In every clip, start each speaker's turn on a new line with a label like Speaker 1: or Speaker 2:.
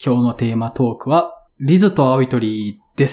Speaker 1: 今日のテーマトークは、リズと青い鳥です。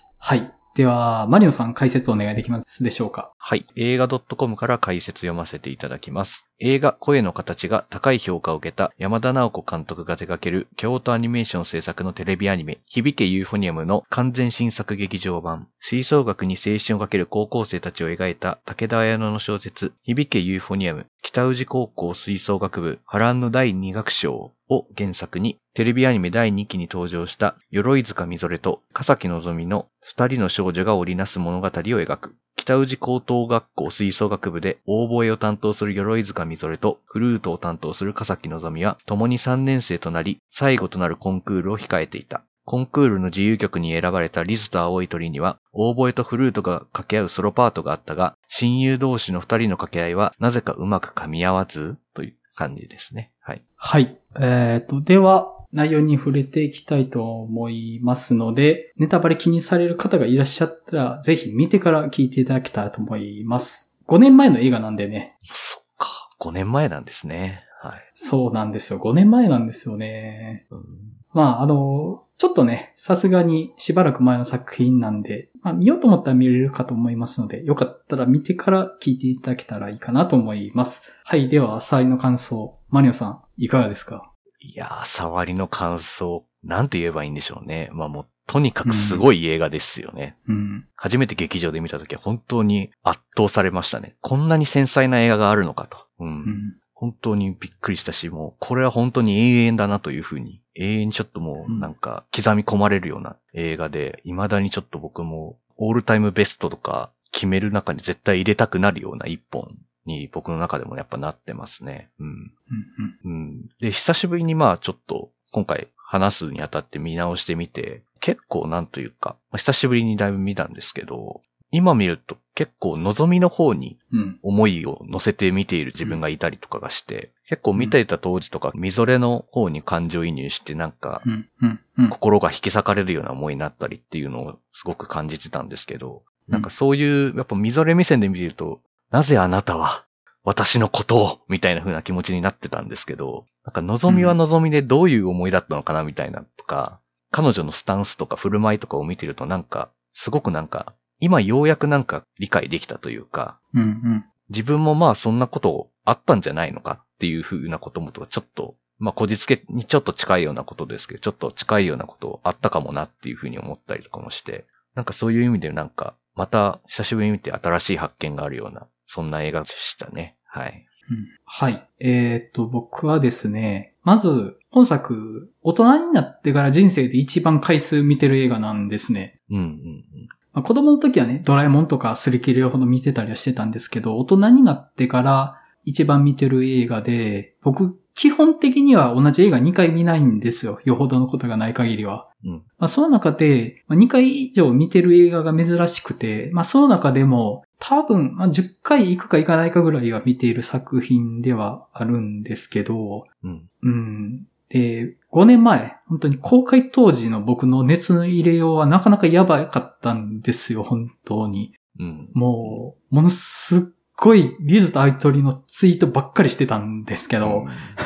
Speaker 1: はい。では、マリオさん解説お願いできますでしょうか。
Speaker 2: はい。映画 .com から解説読ませていただきます。映画声の形が高い評価を受けた山田直子監督が手掛ける京都アニメーション制作のテレビアニメ、響けユーフォニアムの完全新作劇場版。吹奏楽に青春をかける高校生たちを描いた武田綾乃の小説、響けユーフォニアム、北宇治高校吹奏楽部波乱の第2楽章を原作に、テレビアニメ第2期に登場した鎧塚みぞれと笠木のぞみの二人の少女が織りなす物語を描く。北宇治高等学校吹奏楽部でオーボエを担当する鎧塚みぞれとフルートを担当する笠木のぞみは共に3年生となり、最後となるコンクールを控えていた。コンクールの自由曲に選ばれたリズと青い鳥には、オーボエとフルートが掛け合うソロパートがあったが、親友同士の二人の掛け合いはなぜかうまく噛み合わずという感じですね。はい。
Speaker 1: はい。では、内容に触れていきたいと思いますので、ネタバレ気にされる方がいらっしゃったら、ぜひ見てから聞いていただけたらと思います。5年前の映画なんでね。
Speaker 2: そっか。5年前なんですね。はい。
Speaker 1: そうなんですよ。5年前なんですよね。まあ、ちょっとね、さすがにしばらく前の作品なんで、まあ、見ようと思ったら見れるかと思いますので、よかったら見てから聞いていただけたらいいかなと思います。はい。では、触りの感想、マリオさん、いかがですか？
Speaker 2: いやー、触りの感想、なんて言えばいいんでしょうね。まあもう、とにかくすごい映画ですよね。初めて劇場で見たときは本当に圧倒されましたね。こんなに繊細な映画があるのかと。本当にびっくりしたし、もう、これは本当に永遠だなというふうに、永遠にちょっともう、なんか、刻み込まれるような映画で、未だにちょっと僕も、オールタイムベストとか決める中に絶対入れたくなるような一本に僕の中でもやっぱなってますね。で、久しぶりにまあちょっと、今回話すにあたって見直してみて、結構なんというか、久しぶりにだいぶ見たんですけど、今見ると結構望みの方に思いを乗せて見ている自分がいたりとかがして、結構見ていた当時とかみぞれの方に感情移入してなんか、心が引き裂かれるような思いになったりっていうのをすごく感じてたんですけど、なんかそういうやっぱみぞれ目線で見ると、なぜあなたは私のことをみたいな風な気持ちになってたんですけど、なんか望みは望みでどういう思いだったのかなみたいなとか、彼女のスタンスとか振る舞いとかを見てるとなんか、すごくなんか、今ようやくなんか理解できたというか、自分もまあそんなことあったんじゃないのかっていう風なこともちょっと、まあこじつけにちょっと近いようなことですけど、ちょっと近いようなことあったかもなっていう風に思ったりとかもして、なんかそういう意味でなんか、また久しぶりに見て新しい発見があるような、そんな映画でしたね。はい。
Speaker 1: はい。僕はですね、まず、本作、大人になってから人生で一番回数見てる映画なんですね。子供の時はね、ドラえもんとか擦り切れるほど見てたりはしてたんですけど、大人になってから一番見てる映画で、僕、基本的には同じ映画2回見ないんですよ。よほどのことがない限りは。その中で、2回以上見てる映画が珍しくて、その中でも多分、10回行くか行かないかぐらいは見ている作品ではあるんですけど、で、5年前、本当に公開当時の僕の熱の入れようはなかなかやばかったんですよ、本当に。もう、ものすっごいリズと青い鳥のツイートばっかりしてたんですけど。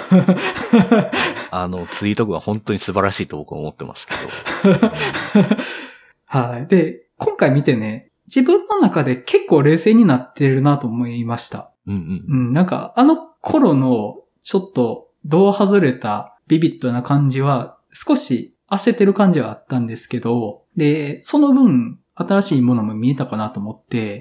Speaker 2: ツイート群は本当に素晴らしいと僕は思ってますけど。
Speaker 1: はい。で、今回見てね、自分の中で結構冷静になってるなと思いました。なんか、あの頃のちょっと度外れたビビッドな感じは少し焦ってる感じはあったんですけど、で、その分新しいものも見えたかなと思って、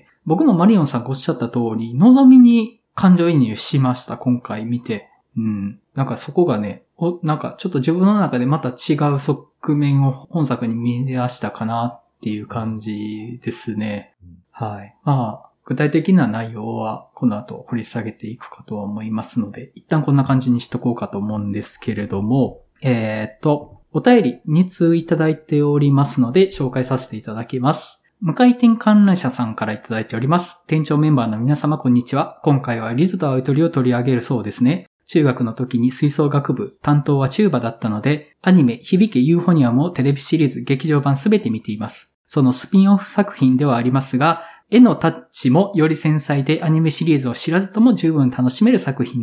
Speaker 1: 僕もマリオンさんがおっしゃった通り、望みに感情移入しました、今回見て。なんかそこがね、なんかちょっと自分の中でまた違う側面を本作に見出したかなっていう感じですね。はい。具体的な内容はこの後掘り下げていくかとは思いますので、一旦こんな感じにしとこうかと思うんですけれども、お便り2通いただいておりますので紹介させていただきます。無回転観覧車さんからいただいております。店長メンバーの皆様こんにちは。今回はリズと青い鳥を取り上げるそうですね。中学の時に吹奏楽部、担当はチューバだったので、アニメ響けユーフォニアムをテレビシリーズ劇場版すべて見ています。そのスピンオフ作品ではありますが、絵のタッチもより繊細でアニメシリーズを知らずとも十分楽しめる作品です。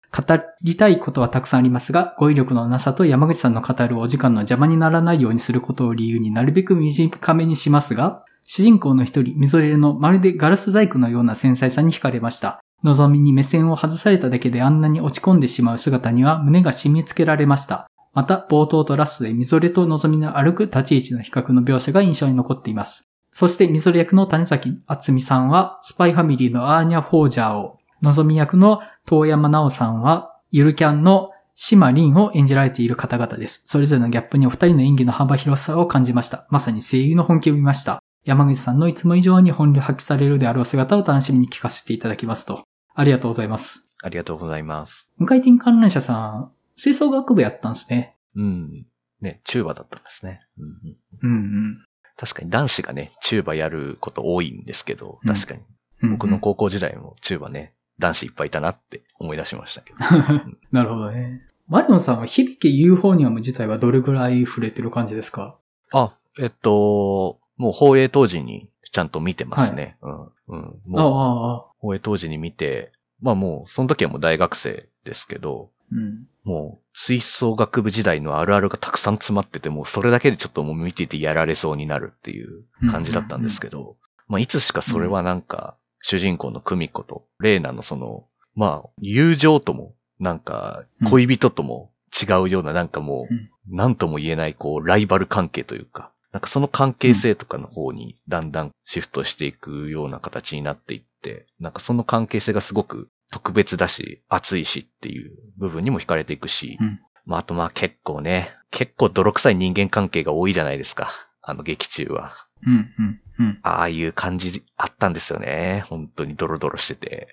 Speaker 1: 語りたいことはたくさんありますが、語彙力のなさと山口さんの語るお時間の邪魔にならないようにすることを理由になるべく短めにしますが、主人公の一人、みぞれのまるでガラス細工のような繊細さに惹かれました。のぞみに目線を外されただけであんなに落ち込んでしまう姿には胸が締め付けられました。また、冒頭とラストでみぞれとのぞみの歩く立ち位置の比較の描写が印象に残っています。そして、みぞれ役の種崎敦美さんは、スパイファミリーのアーニャ・フォージャーを、のぞみ役の遠山奈緒さんは、ゆるキャンの島凛を演じられている方々です。それぞれのギャップにお二人の演技の幅広さを感じました。まさに声優の本気を見ました。山口さんのいつも以上に本領発揮されるであろう姿を楽しみに聞かせていただきますと。ありがとうございます。
Speaker 2: ありがとうございます。
Speaker 1: 無回転観覧車さん、吹奏楽部やったんですね。
Speaker 2: うん。ね、チューバだったんですね。
Speaker 1: うんうん。
Speaker 2: 確かに男子がね、チューバやること多いんですけど、確かに。僕の高校時代もチューバね、男子いっぱいいたなって思い出しましたけど。
Speaker 1: なるほどね。マリオンさんは響けユーフォニアム自体はどれぐらい触れてる感じですか？
Speaker 2: もう放映当時にちゃんと見てますね。もう放映当時に見て、まあもうその時はもう大学生ですけど、もう吹奏楽部時代のあるあるがたくさん詰まってて、もうそれだけでちょっともう見ていてやられそうになるっていう感じだったんですけど、まあいつしかそれはなんか主人公の久美子とレイナのその、まあ友情ともなんか恋人とも違うようななんかもうなんとも言えないこうライバル関係というか、なんかその関係性とかの方にだんだんシフトしていくような形になっていって、なんかその関係性がすごく特別だし、熱いしっていう部分にも惹かれていくし、まああとまあ結構泥臭い人間関係が多いじゃないですか。劇中は。ああいう感じあったんですよね。本当にドロドロしてて。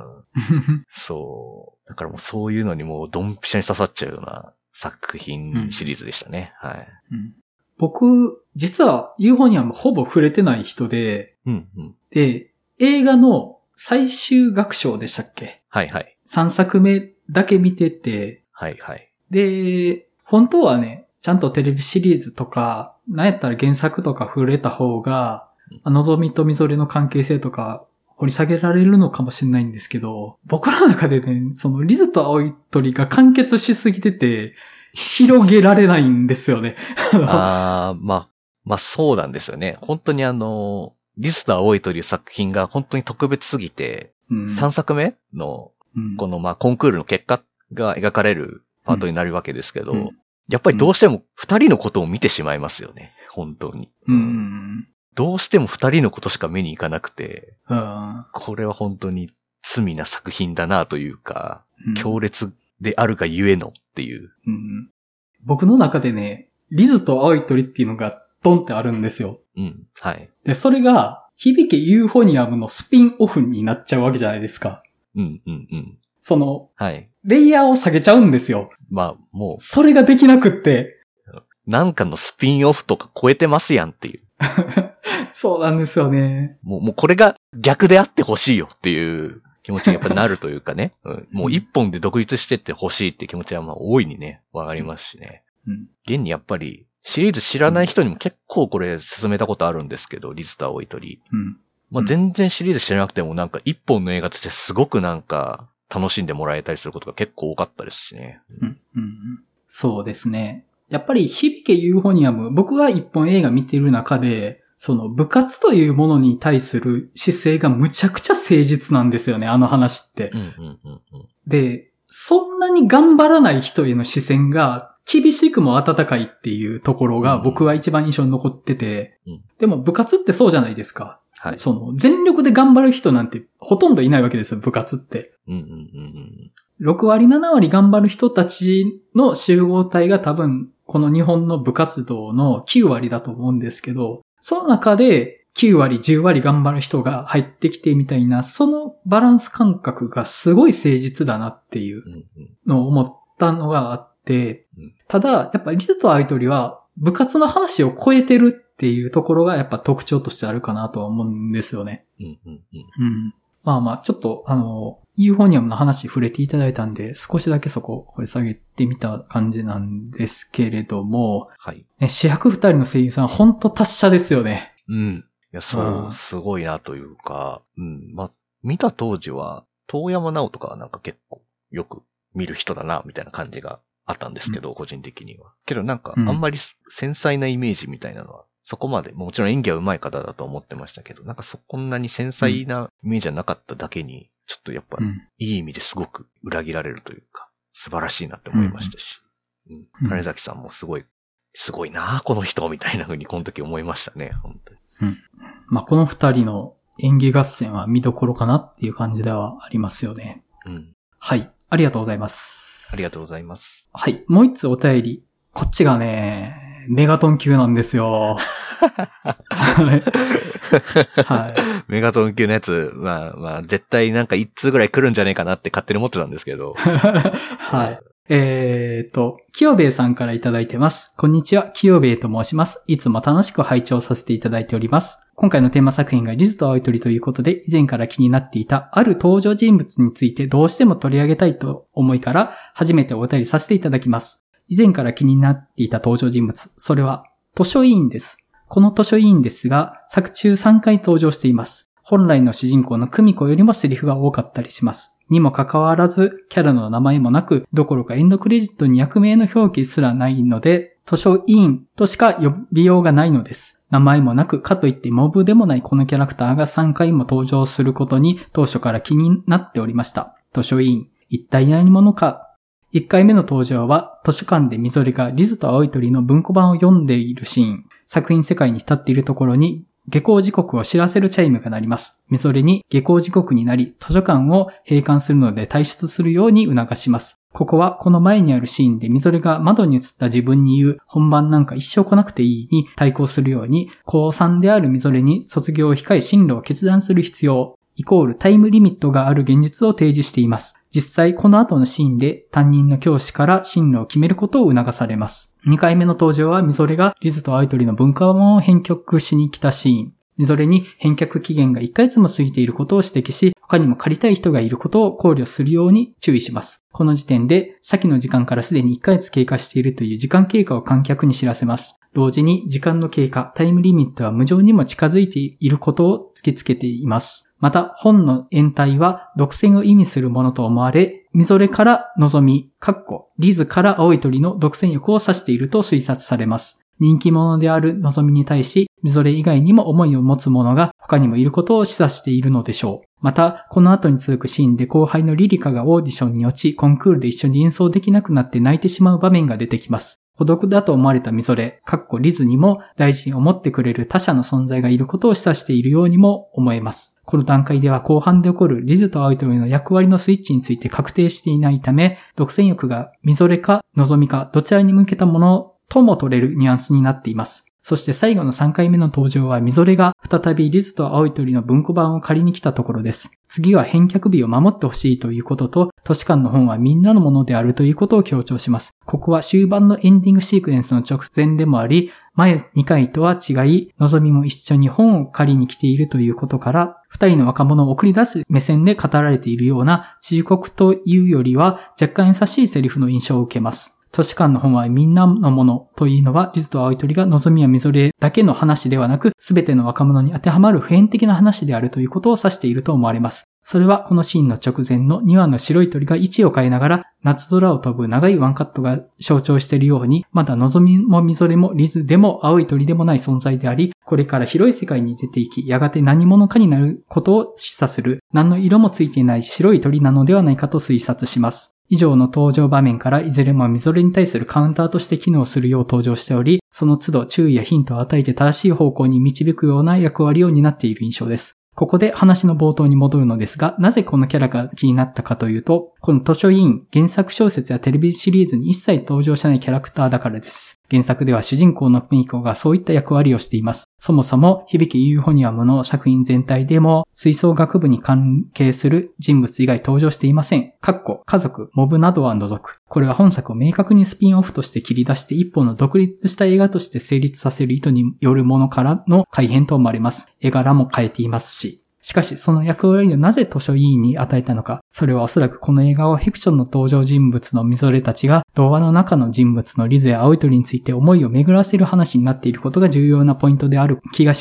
Speaker 2: そう。だからもうそういうのにもうドンピシャに刺さっちゃうような作品シリーズでしたね。はい。
Speaker 1: 僕、実はユーフォニアムほぼ触れてない人で、で、映画の最終楽章でしたっけ？
Speaker 2: はいはい。
Speaker 1: 3作目だけ見てて、
Speaker 2: はいはい。
Speaker 1: で、本当はね、ちゃんとテレビシリーズとか、なんやったら原作とか触れた方が、のぞみとみぞれの関係性とか掘り下げられるのかもしれないんですけど、僕らの中でね、そのリズと青い鳥が完結しすぎてて、広げられないんですよね。
Speaker 2: まあそうなんですよね。本当にリズと青い鳥いう作品が本当に特別すぎて、3作目のこのまあコンクールの結果が描かれるパートになるわけですけど、やっぱりどうしても2人のことを見てしまいますよね。本当に。どうしても2人のことしか目にいかなくて、これは本当に罪な作品だなというか、強烈であるがゆえのっていう。
Speaker 1: 僕の中でね、リズと青い鳥っていうのがドンってあるんですよ。
Speaker 2: はい。
Speaker 1: で、それが、響けユーフォニアムのスピンオフになっちゃうわけじゃないですか。その、
Speaker 2: はい。
Speaker 1: レイヤーを下げちゃうんですよ。
Speaker 2: まあ、もう。
Speaker 1: それができなくって。
Speaker 2: なんかのスピンオフとか超えてますやんっていう。
Speaker 1: そうなんですよね。
Speaker 2: もうこれが逆であってほしいよっていう気持ちにやっぱなるというかね。もう一本で独立してってほしいって気持ちはまあ大いにね、わかりますしね。現にやっぱり、シリーズ知らない人にも結構これ進めたことあるんですけど、リズと青い鳥。まあ全然シリーズ知らなくてもなんか一本の映画としてすごくなんか楽しんでもらえたりすることが結構多かったですしね。
Speaker 1: そうですね。やっぱり響けユーフォニアム、僕が一本映画見ている中で、その部活というものに対する姿勢がむちゃくちゃ誠実なんですよね、あの話って。で、そんなに頑張らない人への視線が厳しくも温かいっていうところが僕は一番印象に残ってて、でも部活ってそうじゃないですか。はい、その全力で頑張る人なんてほとんどいないわけですよ、部活って。6割7割頑張る人たちの集合体が多分この日本の部活動の9割だと思うんですけど、その中で9割10割頑張る人が入ってきてみたいな、そのバランス感覚がすごい誠実だなっていうのを思ったのがあって、ただやっぱリズと青い鳥は部活の話を超えてるっていうところがやっぱ特徴としてあるかなとは思うんですよね。まあまあ、ちょっとユーフォニアムの話触れていただいたんで、少しだけそこ掘り下げてみた感じなんですけれども、ね、主役2人の声優さんほんと達者ですよね。
Speaker 2: いや、そう、すごいなというか、まあ、見た当時は、遠山奈緒とかはなんか結構よく見る人だな、みたいな感じがあったんですけど、個人的には。けどなんか、あんまり繊細なイメージみたいなのは、そこまで、もちろん演技は上手い方だと思ってましたけど、なんかこんなに繊細なイメージはなかっただけに、ちょっとやっぱ、いい意味ですごく裏切られるというか、素晴らしいなって思いましたし、種崎さんもすごいなこの人、みたいな風にこの時思いましたね、本当に。
Speaker 1: まあ、この二人の演技合戦は見どころかなっていう感じではありますよね。はい。ありがとうございます。
Speaker 2: ありがとうございます。
Speaker 1: はい。もう一つお便り。こっちがね、メガトン級なんですよ。はい。
Speaker 2: メガトン級のやつ、まあ、絶対なんか一通ぐらい来るんじゃねえかなって勝手に思ってたんですけど。
Speaker 1: はい。清兵衛さんからいただいてます。こんにちは、清兵衛と申します。いつも楽しく拝聴させていただいております。今回のテーマ作品がリズと青い鳥ということで、以前から気になっていたある登場人物についてどうしても取り上げたいと思いから、初めてお便りさせていただきます。以前から気になっていた登場人物、それは図書委員です。この図書委員ですが、作中3回登場しています。本来の主人公の久美子よりもセリフが多かったりします。にもかかわらず、キャラの名前もなく、どころかエンドクレジットに役名の表記すらないので、図書委員としか呼びようがないのです。名前もなく、かといってモブでもないこのキャラクターが3回も登場することに当初から気になっておりました。図書委員、一体何者か。1回目の登場は、図書館でみぞれがリズと青い鳥の文庫版を読んでいるシーン。作品世界に浸っているところに、下校時刻を知らせるチャイムが鳴ります。みぞれに下校時刻になり、図書館を閉館するので退出するように促します。ここはこの前にあるシーンでみぞれが窓に映った自分に言う本番なんか一生来なくていいに対抗するように、高3であるみぞれに卒業を控え進路を決断する必要、イコールタイムリミットがある現実を提示しています。実際この後のシーンで担任の教師から進路を決めることを促されます。2回目の登場はみぞれがリズと青い鳥の文化版を返却しに来たシーン。みぞれに返却期限が1ヶ月も過ぎていることを指摘し、他にも借りたい人がいることを考慮するように注意します。この時点で、先の時間からすでに1ヶ月経過しているという時間経過を観客に知らせます。同時に時間の経過、タイムリミットは無情にも近づいていることを突きつけています。また、本の延滞は独占を意味するものと思われ、みぞれからのぞみ、リズから青い鳥の独占欲を指していると推察されます。人気者であるのぞみに対し、みぞれ以外にも思いを持つ者が他にもいることを示唆しているのでしょう。また、この後に続くシーンで後輩のリリカがオーディションに落ち、コンクールで一緒に演奏できなくなって泣いてしまう場面が出てきます。孤独だと思われたみぞれ、リズにも大事に思ってくれる他者の存在がいることを示唆しているようにも思えます。この段階では後半で起こるリズと青い鳥の役割のスイッチについて確定していないため、独占欲がみぞれかのぞみかどちらに向けたものとも取れるニュアンスになっています。そして最後の3回目の登場はみぞれが再びリズと青い鳥の文庫版を借りに来たところです。次は返却日を守ってほしいということと、図書館の本はみんなのものであるということを強調します。ここは終盤のエンディングシークエンスの直前でもあり、前2回とは違い、のぞみも一緒に本を借りに来ているということから、2人の若者を送り出す目線で語られているような忠告というよりは若干優しいセリフの印象を受けます。図書館の本はみんなのものというのは、リズと青い鳥がのぞみやみぞれだけの話ではなく、すべての若者に当てはまる普遍的な話であるということを指していると思われます。それはこのシーンの直前の2羽の白い鳥が位置を変えながら夏空を飛ぶ長いワンカットが象徴しているように、まだのぞみもみぞれもリズでも青い鳥でもない存在であり、これから広い世界に出ていき、やがて何者かになることを示唆する、何の色もついていない白い鳥なのではないかと推察します。以上の登場場面からいずれもみぞれに対するカウンターとして機能するよう登場しており、その都度注意やヒントを与えて正しい方向に導くような役割を担っている印象です。ここで話の冒頭に戻るのですが、なぜこのキャラが気になったかというと、この図書委員、原作小説やテレビシリーズに一切登場しないキャラクターだからです。原作では主人公の久美子がそういった役割をしています。そもそも、響きユーフォニアムの作品全体でも、吹奏楽部に関係する人物以外登場していません。家族、モブなどは除く。これは本作を明確にスピンオフとして切り出して一本の独立した映画として成立させる意図によるものからの改変と思われます。絵柄も変えていますし。しかし、その役割をなぜ図書委員に与えたのか。それはおそらくこの映画はフィクションの登場人物のみぞれたちが童話の中の人物のリズや青い鳥について思いを巡らせる話になっていることが重要なポイントである気がします。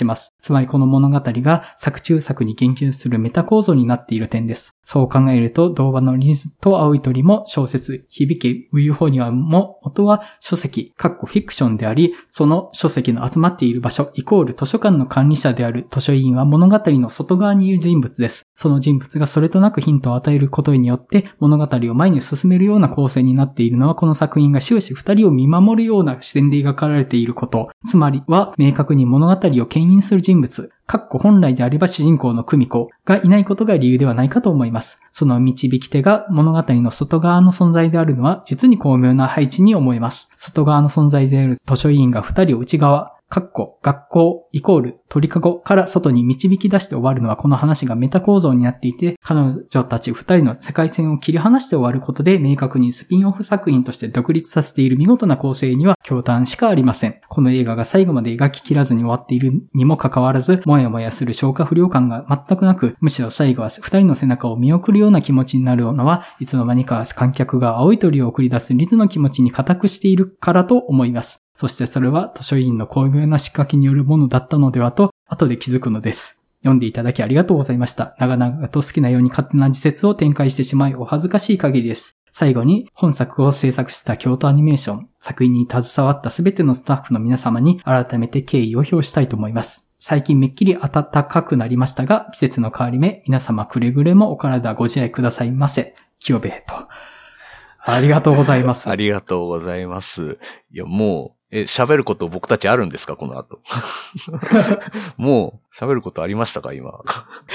Speaker 1: つまりこの物語が作中作に言及するメタ構造になっている点です。そう考えると、童話のリズと青い鳥も小説、響けウユホニアムも元は書籍、フィクションであり、その書籍の集まっている場所、イコール図書館の管理者である図書委員は物語の外側にいる人物です。その人物がそれとなくヒントを与えることによって物語を前に進めるような構成になっているのは、この作品が終始二人を見守るような視点で描かれていること、つまりは明確に物語を牽引する人物、本来であれば主人公の久美子がいないことが理由ではないかと思います。その導き手が物語の外側の存在であるのは実に巧妙な配置に思えます。外側の存在である図書委員が二人を内側、学校イコール鳥かごから外に導き出して終わるのは、この話がメタ構造になっていて、彼女たち二人の世界線を切り離して終わることで明確にスピンオフ作品として独立させている見事な構成には驚嘆しかありません。この映画が最後まで描き切らずに終わっているにもかかわらず、もやもやする消化不良感が全くなく、むしろ最後は二人の背中を見送るような気持ちになるのは、いつの間にか観客が青い鳥を送り出すリズの気持ちに固くしているからと思います。そしてそれは図書委員の巧妙な仕掛けによるものだったのではと後で気づくのです。読んでいただきありがとうございました。長々と好きなように勝手な自説を展開してしまいお恥ずかしい限りです。最後に本作を制作した京都アニメーション、作品に携わったすべてのスタッフの皆様に改めて敬意を表したいと思います。最近めっきり暖かくなりましたが、季節の変わり目、皆様くれぐれもお体ご自愛くださいませ。清兵衛と。ありがとうございます。
Speaker 2: ありがとうございます。いや、もう、喋ること僕たちあるんですかこの後。もう、喋ることありましたか今。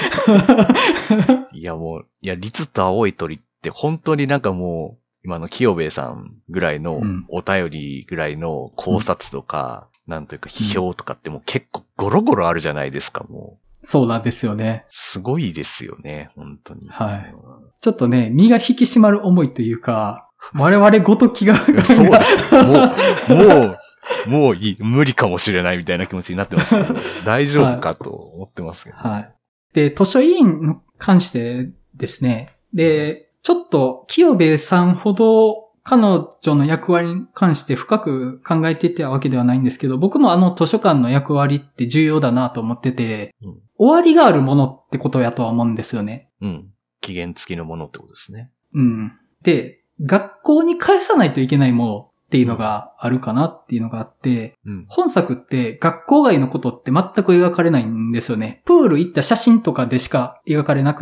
Speaker 2: いや、律と青い鳥って本当になんかもう、今の清兵衛さんぐらいのお便りぐらいの考察とか、なんというか批評とかってもう結構ゴロゴロあるじゃないですか、もう。
Speaker 1: そうなんですよね。
Speaker 2: すごいですよね、本当に。
Speaker 1: はい。ちょっとね、身が引き締まる思いというか、我々ごと気が。
Speaker 2: そう、もういい、無理かもしれないみたいな気持ちになってますけど、大丈夫かと思ってますけど、
Speaker 1: はい。で、図書委員に関してですね、で、ちょっと清兵衛さんほど彼女の役割に関して深く考えていたわけではないんですけど、僕も図書館の役割って重要だなと思ってて、終わりがあるものってことやとは思うんですよね。
Speaker 2: うん。期限付きのものってことですね。
Speaker 1: うん。で、学校に返さないといけないものっていうのがあるかなっていうのがあって、本作って学校外のことって全く描かれないんですよね。プール行った写真とかでしか描かれなくって、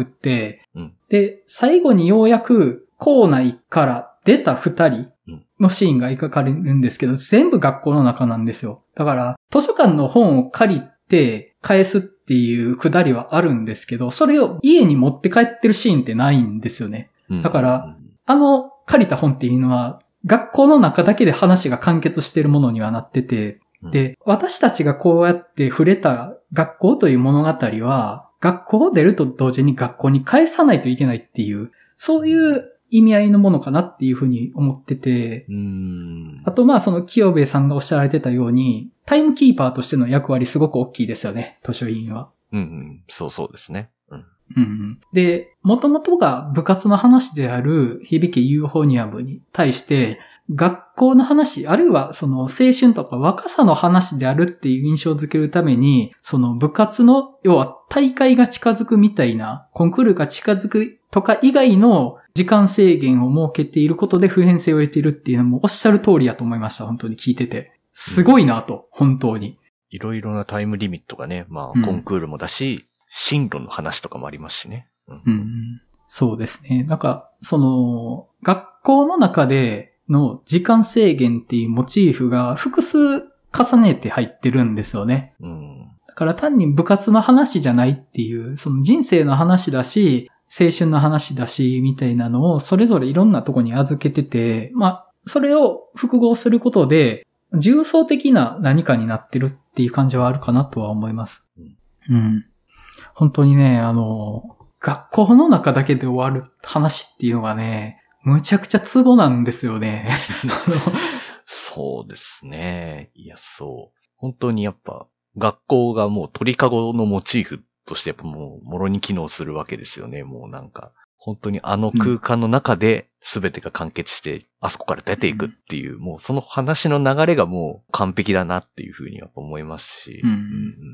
Speaker 1: で、最後にようやく校内から出た二人のシーンが描かれるんですけど、全部学校の中なんですよ。だから、図書館の本を借りて返すっていうくだりはあるんですけど、それを家に持って帰ってるシーンってないんですよね。だから、借りた本っていうのは、学校の中だけで話が完結しているものにはなってて、で、私たちがこうやって触れた学校という物語は、学校を出ると同時に学校に返さないといけないっていう、そういう意味合いのものかなっていうふうに思ってて、あとその清兵衛さんがおっしゃられてたように、タイムキーパーとしての役割すごく大きいですよね、図書委員は。
Speaker 2: そうですね。
Speaker 1: で、元々が部活の話である響けユーフォニアムに対して、学校の話、あるいはその青春とか若さの話であるっていう印象づけるために、その部活の、要は大会が近づくみたいな、コンクールが近づくとか以外の時間制限を設けていることで普遍性を得ているっていうのもおっしゃる通りやと思いました。本当に聞いてて。すごいなと、本当に。
Speaker 2: いろいろなタイムリミットがね、コンクールもだし、進路の話とかもありますしね。
Speaker 1: そうですね。なんか、その、学校の中での時間制限っていうモチーフが複数重ねて入ってるんですよね。だから単に部活の話じゃないっていう、その人生の話だし、青春の話だし、みたいなのをそれぞれいろんなとこに預けてて、それを複合することで、重層的な何かになってるっていう感じはあるかなとは思います。本当にね、学校の中だけで終わる話っていうのがね、むちゃくちゃツボなんですよね。
Speaker 2: そうですね。いや、そう。本当にやっぱ、学校がもう鳥かごのモチーフとしてやっぱもう、もろに機能するわけですよね。もうなんか、本当にあの空間の中で全てが完結して、あそこから出ていくっていう、もうその話の流れがもう完璧だなっていうふうには思いますし。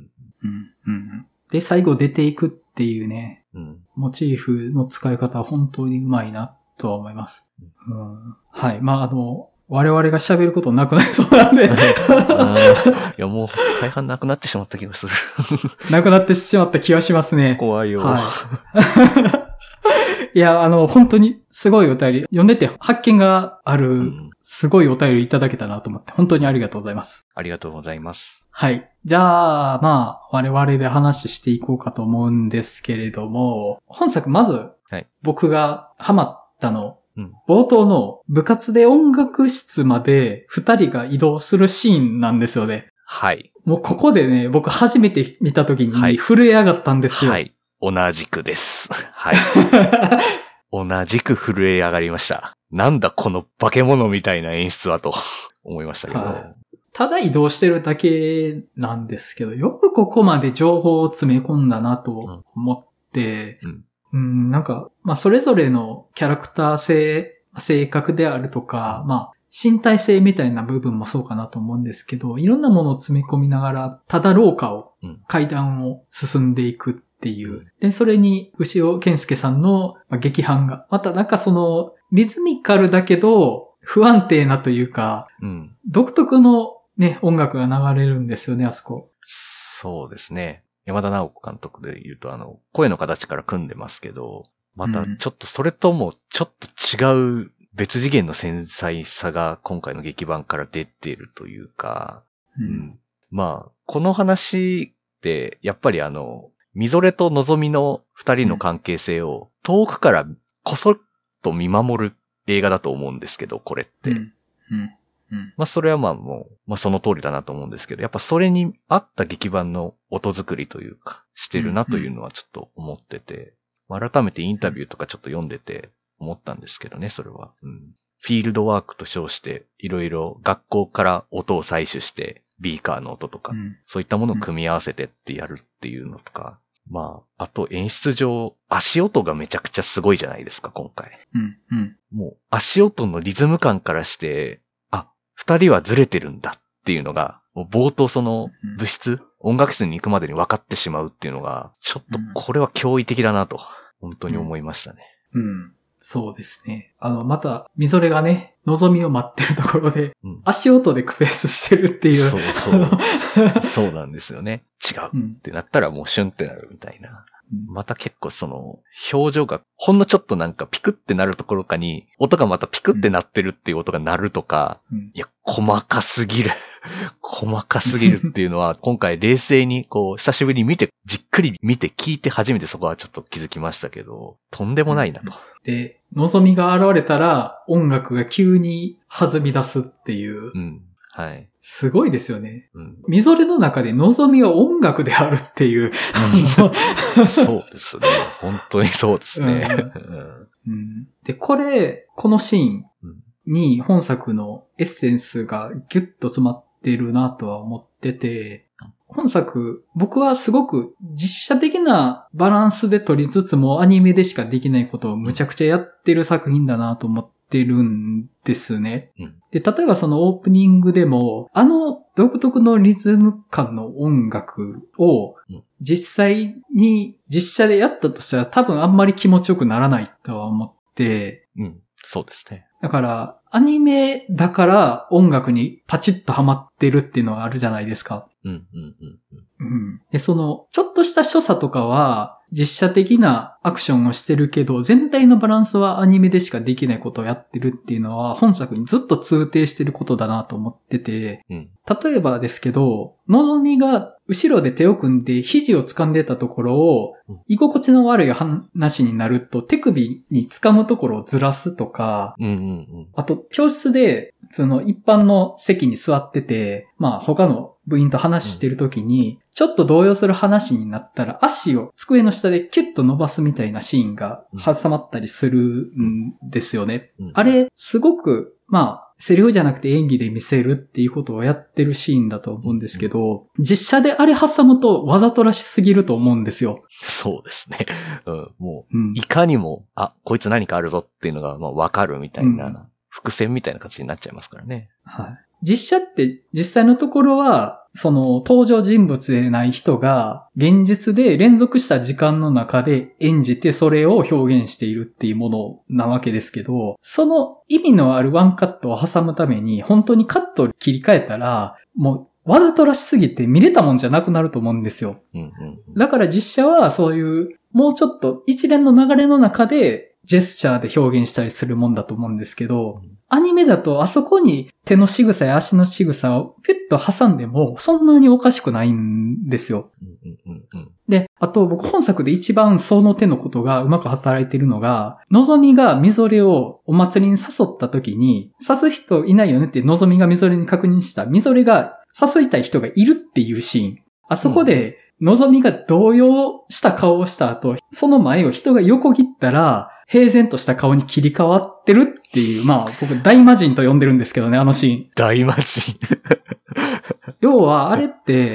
Speaker 1: で、最後出ていくっていうね、
Speaker 2: うん。
Speaker 1: モチーフの使い方は本当にうまいなとは思います。はい。まあ、我々が喋ることなくなりそうなんで。
Speaker 2: いや、もう大半なくなってしまった気がする。
Speaker 1: なくなってしまった気はしますね。
Speaker 2: 怖いよ。
Speaker 1: はい。いや、本当にすごいお便り、読んでて発見がある、すごいお便りいただけたなと思って、本当にありがとうございます。
Speaker 2: ありがとうございます。
Speaker 1: はい。じゃあ、まあ、我々で話していこうかと思うんですけれども、本作まず、僕がハマったの、冒頭の部活で音楽室まで二人が移動するシーンなんですよね。
Speaker 2: はい。
Speaker 1: もうここでね、僕初めて見た時に震え上がったんですよ。
Speaker 2: はい。同じくです。はい。同じく震え上がりました。なんだこの化け物みたいな演出はと思いましたけど。
Speaker 1: ただ移動してるだけなんですけど、よくここまで情報を詰め込んだなと思って、なんか、まあ、それぞれのキャラクター性格であるとか、まあ、身体性みたいな部分もそうかなと思うんですけど、いろんなものを詰め込みながら、ただ廊下を、階段を進んでいくっていう。で、それに、牛尾健介さんの劇伴が、またなんかその、リズミカルだけど、不安定なというか、独特のね、音楽が流れるんですよね、あそこ。
Speaker 2: そうですね。山田直子監督で言うと、声の形から組んでますけど、またちょっとそれともちょっと違う別次元の繊細さが今回の劇版から出ているというか、まあ、この話ってやっぱりみぞれとのぞみの二人の関係性を遠くからこそっと見守る映画だと思うんですけど、これって。まあそれはまあもう、まあその通りだなと思うんですけど、やっぱそれに合った劇版の音作りというか、してるなというのはちょっと思ってて、改めてインタビューとかちょっと読んでて思ったんですけどね、それは。フィールドワークと称して、いろいろ学校から音を採取して、ビーカーの音とか、そういったものを組み合わせてってやるっていうのとか、まあ、あと演出上、足音がめちゃくちゃすごいじゃないですか、今回。もう足音のリズム感からして、二人はずれてるんだっていうのが、もう冒頭その部室、音楽室に行くまでに分かってしまうっていうのが、ちょっとこれは驚異的だなと、本当に思いましたね。
Speaker 1: そうですね。また、みぞれがね、望みを待ってるところで、足音で区別してるっていう。
Speaker 2: そうなんですよね。違うってなったらもうシュンってなるみたいな。また結構その、表情がほんのちょっとなんかピクってなるところかに、音がまたピクってなってるっていう音が鳴るとか、いや、細かすぎる。細かすぎるっていうのは、今回冷静にこう、久しぶりにじっくり見て聞いて初めてそこはちょっと気づきましたけど、とんでもないなと。
Speaker 1: で、のぞみが現れたら、音楽が急に弾み出すっていう。
Speaker 2: はい。
Speaker 1: すごいですよね。みぞれの中でのぞみは音楽であるっていう。
Speaker 2: そうですね。本当にそうですね。
Speaker 1: で、このシーンに本作のエッセンスがギュッと詰まってるなとは思ってて、本作、僕はすごく実写的なバランスで撮りつつもアニメでしかできないことをむちゃくちゃやってる作品だなと思ってるんですね。で、例えばそのオープニングでも、独特のリズム感の音楽を実際に実写でやったとしたら多分あんまり気持ちよくならないとは思って、
Speaker 2: そうですね。
Speaker 1: だから、アニメだから音楽にパチッとハマってるっていうのがあるじゃないですか。で、その、ちょっとした所作とかは、実写的なアクションをしてるけど、全体のバランスはアニメでしかできないことをやってるっていうのは、本作にずっと通底してることだなと思ってて、例えばですけど、のぞみが後ろで手を組んで肘を掴んでたところを、居心地の悪い話になると手首に掴むところをずらすとか、あと、教室で、その一般の席に座ってて、まあ他の部員と話してるときに、ちょっと動揺する話になったら足を机の下でキュッと伸ばすみたいなシーンが挟まったりするんですよね。あれ、すごく、まあ、セリフじゃなくて演技で見せるっていうことをやってるシーンだと思うんですけど、実写であれ挟むとわざとらしすぎると思うんですよ。
Speaker 2: そうですね。もう、いかにも、こいつ何かあるぞっていうのが、まあ、わかるみたいな、伏線みたいな形になっちゃいますからね。
Speaker 1: はい。 実写って実際のところは、その登場人物でない人が現実で連続した時間の中で演じてそれを表現しているっていうものなわけですけど、その意味のあるワンカットを挟むために本当にカットを切り替えたら、もうわざとらしすぎて見れたもんじゃなくなると思うんですよ。だから実写はそういうもうちょっと一連の流れの中でジェスチャーで表現したりするもんだと思うんですけど、アニメだとあそこに手の仕草や足の仕草をピュッと挟んでもそんなにおかしくないんですよ。で、あと僕本作で一番その手のことがうまく働いているのが、のぞみがみぞれをお祭りに誘った時に、誘う人いないよねってのぞみがみぞれに確認したみぞれが誘いたい人がいるっていうシーン。あそこで、のぞみが動揺した顔をした後、その前を人が横切ったら、平然とした顔に切り替わってるっていう、まあ僕大魔人と呼んでるんですけどね、あのシーン。
Speaker 2: 大魔人
Speaker 1: 要はあれって、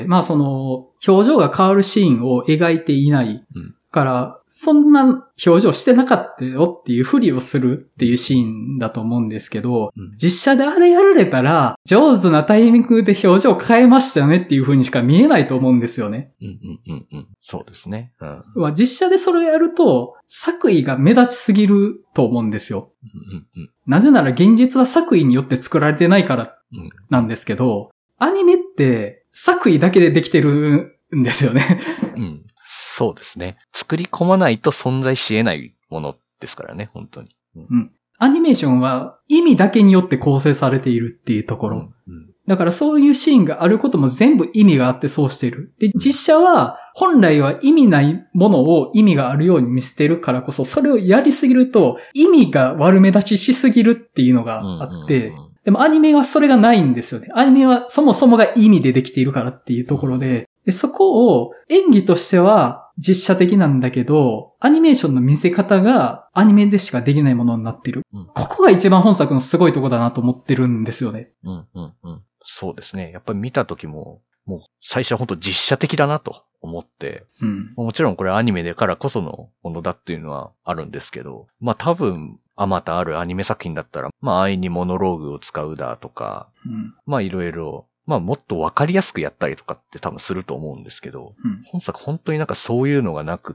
Speaker 1: まあその、表情が変わるシーンを描いていないから、そんな表情してなかったよっていうふりをするっていうシーンだと思うんですけど、実写であれやられたら、上手なタイミングで表情変えましたよねっていう風にしか見えないと思うんですよね。
Speaker 2: そうですね。
Speaker 1: 実写でそれをやると、作為が目立ちすぎると思うんですよ。なぜなら現実は作為によって作られてないからなんですけど、アニメって作為だけでできてるんですよね。
Speaker 2: そうですね。作り込まないと存在し得ないものですからね、本当に。
Speaker 1: アニメーションは意味だけによって構成されているっていうところ。だからそういうシーンがあることも全部意味があってそうしてる。で、実写は本来は意味ないものを意味があるように見せてるからこそ、それをやりすぎると意味が悪目立ちしすぎるっていうのがあって、でもアニメはそれがないんですよね。アニメはそもそもが意味でできているからっていうところで、そこを演技としては実写的なんだけど、アニメーションの見せ方がアニメでしかできないものになってる。ここが一番本作のすごいとこだなと思ってるんですよね。
Speaker 2: そうですね。やっぱり見た時も、もう最初は本当実写的だなと思って、もちろんこれアニメだからこそのものだっていうのはあるんですけど、まあ多分、あまたあるアニメ作品だったら、まあ安易にモノローグを使うだとか、まあいろいろ、まあもっとわかりやすくやったりとかって多分すると思うんですけど、本作本当になんかそういうのがなくって、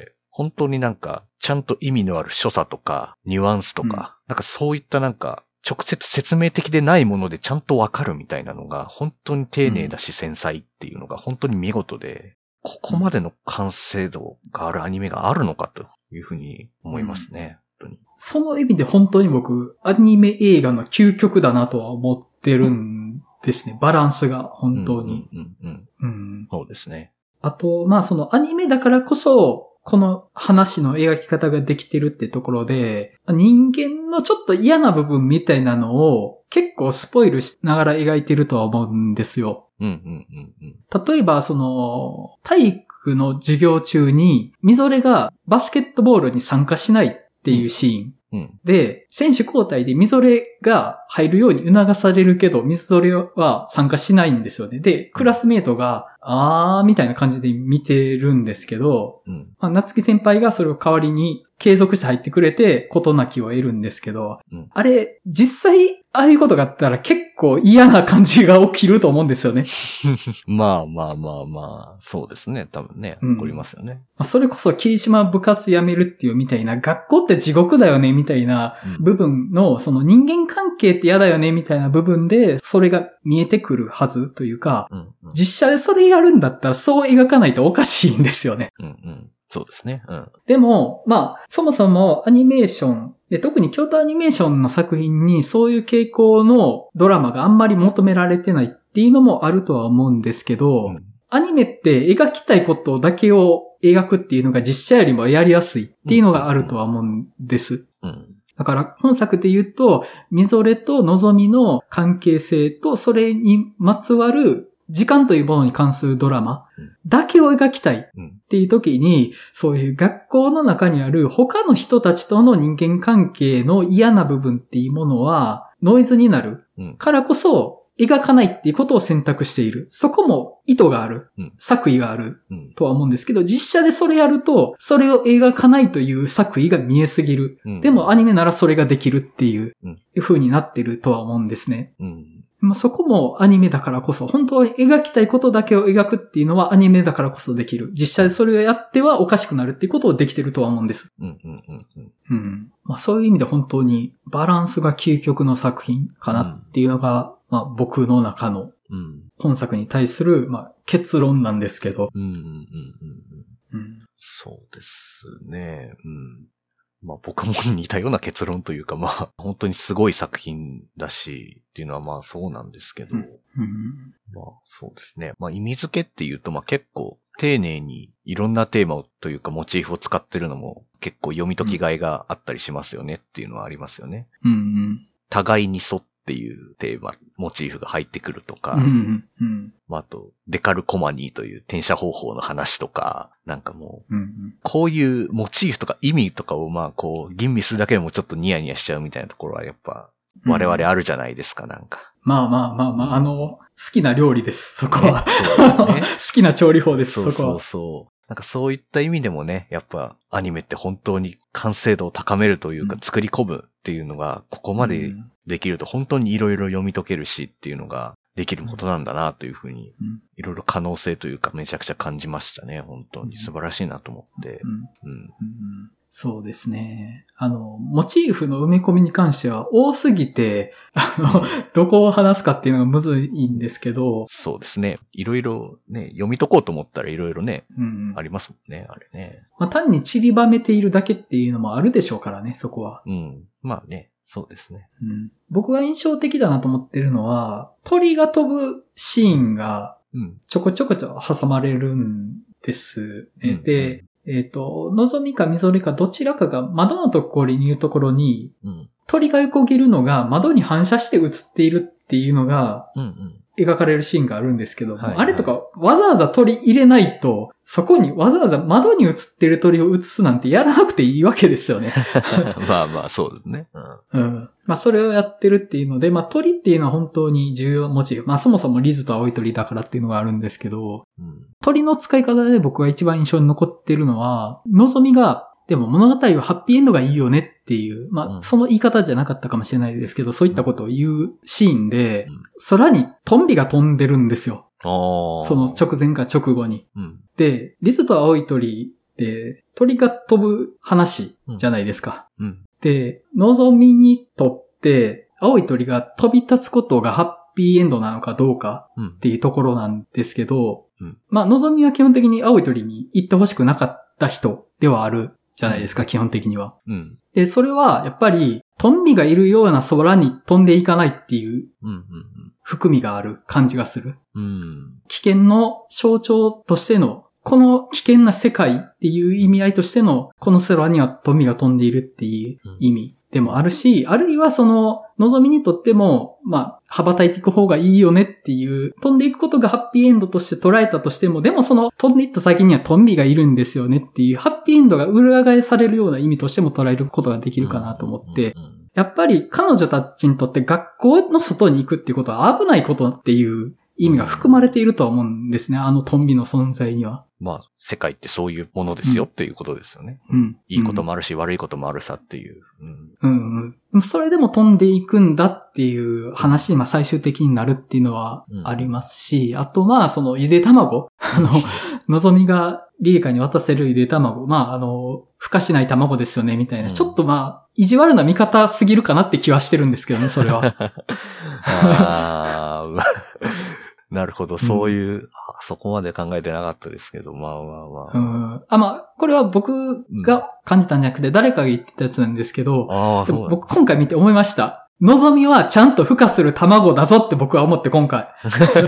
Speaker 2: 本当になんかちゃんと意味のある所作とかニュアンスとか、なんかそういったなんか直接説明的でないものでちゃんとわかるみたいなのが本当に丁寧だし繊細っていうのが本当に見事で、ここまでの完成度があるアニメがあるのかというふうに思いますね。本当に。
Speaker 1: その意味で本当に僕、アニメ映画の究極だなとは思ってるんですね。バランスが本当に。
Speaker 2: そうですね。
Speaker 1: あと、まあそのアニメだからこそ、この話の描き方ができてるってところで、人間のちょっと嫌な部分みたいなのを結構スポイルしながら描いてるとは思うんですよ。例えば、その、体育の授業中に、みぞれがバスケットボールに参加しないっていうシーン。で、選手交代でみぞれが入るように促されるけど、みぞれは参加しないんですよね。で、クラスメイトが、みたいな感じで見てるんですけど、夏木先輩がそれを代わりに継続して入ってくれて、事なきを得るんですけど、あれ、実際、ああいうことがあったら結構嫌な感じが起きると思うんですよね。
Speaker 2: まあ、そうですね。多分ね、起こりますよね。
Speaker 1: それこそ霧島部活やめるっていうみたいな、学校って地獄だよねみたいな部分の、その人間関係って嫌だよねみたいな部分で、それが見えてくるはずというか、実写でそれやるんだったらそう描かないとおかしいんですよね。
Speaker 2: そうですね。
Speaker 1: でも、まあ、そもそもアニメーションで、特に京都アニメーションの作品にそういう傾向のドラマがあんまり求められてないっていうのもあるとは思うんですけど、アニメって描きたいことだけを描くっていうのが実写よりもやりやすいっていうのがあるとは思うんです。だから本作で言うと、みぞれとのぞみの関係性とそれにまつわる時間というものに関するドラマだけを描きたいっていう時に、そういう学校の中にある他の人たちとの人間関係の嫌な部分っていうものはノイズになるからこそ描かないっていうことを選択している。そこも意図がある。作為があるとは思うんですけど、実写でそれやると、それを描かないという作為が見えすぎる。でもアニメならそれができるっていう風になってるとは思うんですね。 そこもアニメだからこそ、本当に描きたいことだけを描くっていうのはアニメだからこそできる。実際それをやってはおかしくなるっていうことをできてるとは思うんです。そういう意味で本当にバランスが究極の作品かなっていうのが、僕の中の本作に対する、結論なんですけど。
Speaker 2: そうですね。僕も似たような結論というか、本当にすごい作品だし、っていうのはそうなんですけど、そうですね。意味付けっていうと、結構丁寧にいろんなテーマというかモチーフを使ってるのも結構読み解きがいがあったりしますよねっていうのはありますよね。互いに沿っていうテーマ、モチーフが入ってくるとか、あと、デカルコマニーという転写方法の話とか、なんかもう、こういうモチーフとか意味とかを吟味するだけでもちょっとニヤニヤしちゃうみたいなところはやっぱ、我々あるじゃないですか、なんか。
Speaker 1: 好きな料理です、そこは。ね、好きな調理法です、そこは。
Speaker 2: なんかそういった意味でもね、やっぱアニメって本当に完成度を高めるというか、作り込むっていうのが、ここまでできると本当にいろいろ読み解けるしっていうのができることなんだなというふうに、いろいろ可能性というかめちゃくちゃ感じましたね、本当に素晴らしいなと思って。
Speaker 1: そうですね。モチーフの埋め込みに関しては多すぎて、どこを話すかっていうのがむずいんですけど。
Speaker 2: そうですね。いろいろね、読み解こうと思ったらいろいろね、ありますもんね、あれね。
Speaker 1: 単に散りばめているだけっていうのもあるでしょうからね、そこは。
Speaker 2: そうですね。
Speaker 1: 僕が印象的だなと思ってるのは、鳥が飛ぶシーンが、ちょこちょこ挟まれるんですね。で、のぞみかみぞれかどちらかが窓のところにいるところに、鳥が横切るのが窓に反射して映っているっていうのが、描かれるシーンがあるんですけど、あれとかわざわざ鳥入れないと、そこにわざわざ窓に映ってる鳥を映すなんてやらなくていいわけですよね。
Speaker 2: そうですね。
Speaker 1: それをやってるっていうので、鳥っていうのは本当に重要モチーフ。そもそもリズと青い鳥だからっていうのがあるんですけど、鳥の使い方で僕が一番印象に残ってるのは、のぞみが、でも物語はハッピーエンドがいいよねっていう、その言い方じゃなかったかもしれないですけど、そういったことを言うシーンで、空にトンビが飛んでるんですよ。その直前か直後に。で、リズと青い鳥って鳥が飛ぶ話じゃないですか。で、のぞみにとって青い鳥が飛び立つことがハッピーエンドなのかどうかっていうところなんですけど、のぞみは基本的に青い鳥に行ってほしくなかった人ではあるじゃないですか、基本的には。で、それはやっぱりトンビがいるような空に飛んでいかないっていう含みがある感じがする。危険の象徴としての、この危険な世界っていう意味合いとしての、この空にはトンビが飛んでいるっていう意味でもあるし、あるいはその、のぞみにとっても、羽ばたいていく方がいいよねっていう、飛んでいくことがハッピーエンドとして捉えたとしても、でもその飛んでいった先にはトンビがいるんですよねっていう、ハッピーエンドが裏返されるような意味としても捉えることができるかなと思って、やっぱり彼女たちにとって学校の外に行くっていうことは危ないことっていう意味が含まれているとは思うんですね、あのトンビの存在には。
Speaker 2: 世界ってそういうものですよっていうことですよね。いいこともあるし、悪いこともあるさっていう。それでも飛んでいくんだっていう話に最終的になるっていうのはありますし、あとそのゆで卵のぞみがリリカに渡せるゆで卵、孵化しない卵ですよねみたいな、ちょっと意地悪な見方すぎるかなって気はしてるんですけどね、それは。なるほど、そういう、そこまで考えてなかったですけど、
Speaker 1: これは僕が感じたんじゃなくて、誰かが言ってたやつなんですけど、でも僕今回見て思いました。のぞみはちゃんと孵化する卵だぞって僕は思って今回。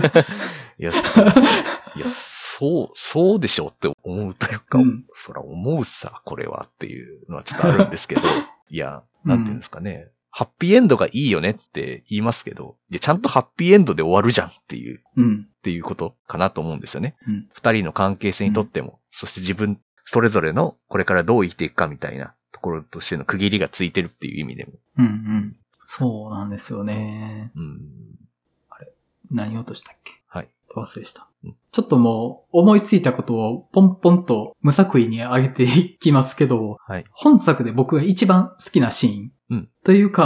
Speaker 2: そうでしょって思うというか、そら思うさ、これはっていうのはちょっとあるんですけど、なんていうんですかね。ハッピーエンドがいいよねって言いますけど、ちゃんとハッピーエンドで終わるじゃんっていう、っていうことかなと思うんですよね。二人の関係性にとっても、そして自分それぞれのこれからどう生きていくかみたいなところとしての区切りがついてるっていう意味でも。
Speaker 1: そうなんですよね。あれ、何言おうとしたっけ？忘れした。ちょっともう思いついたことをポンポンと無作為に上げていきますけど、本作で僕が一番好きなシーン、というか、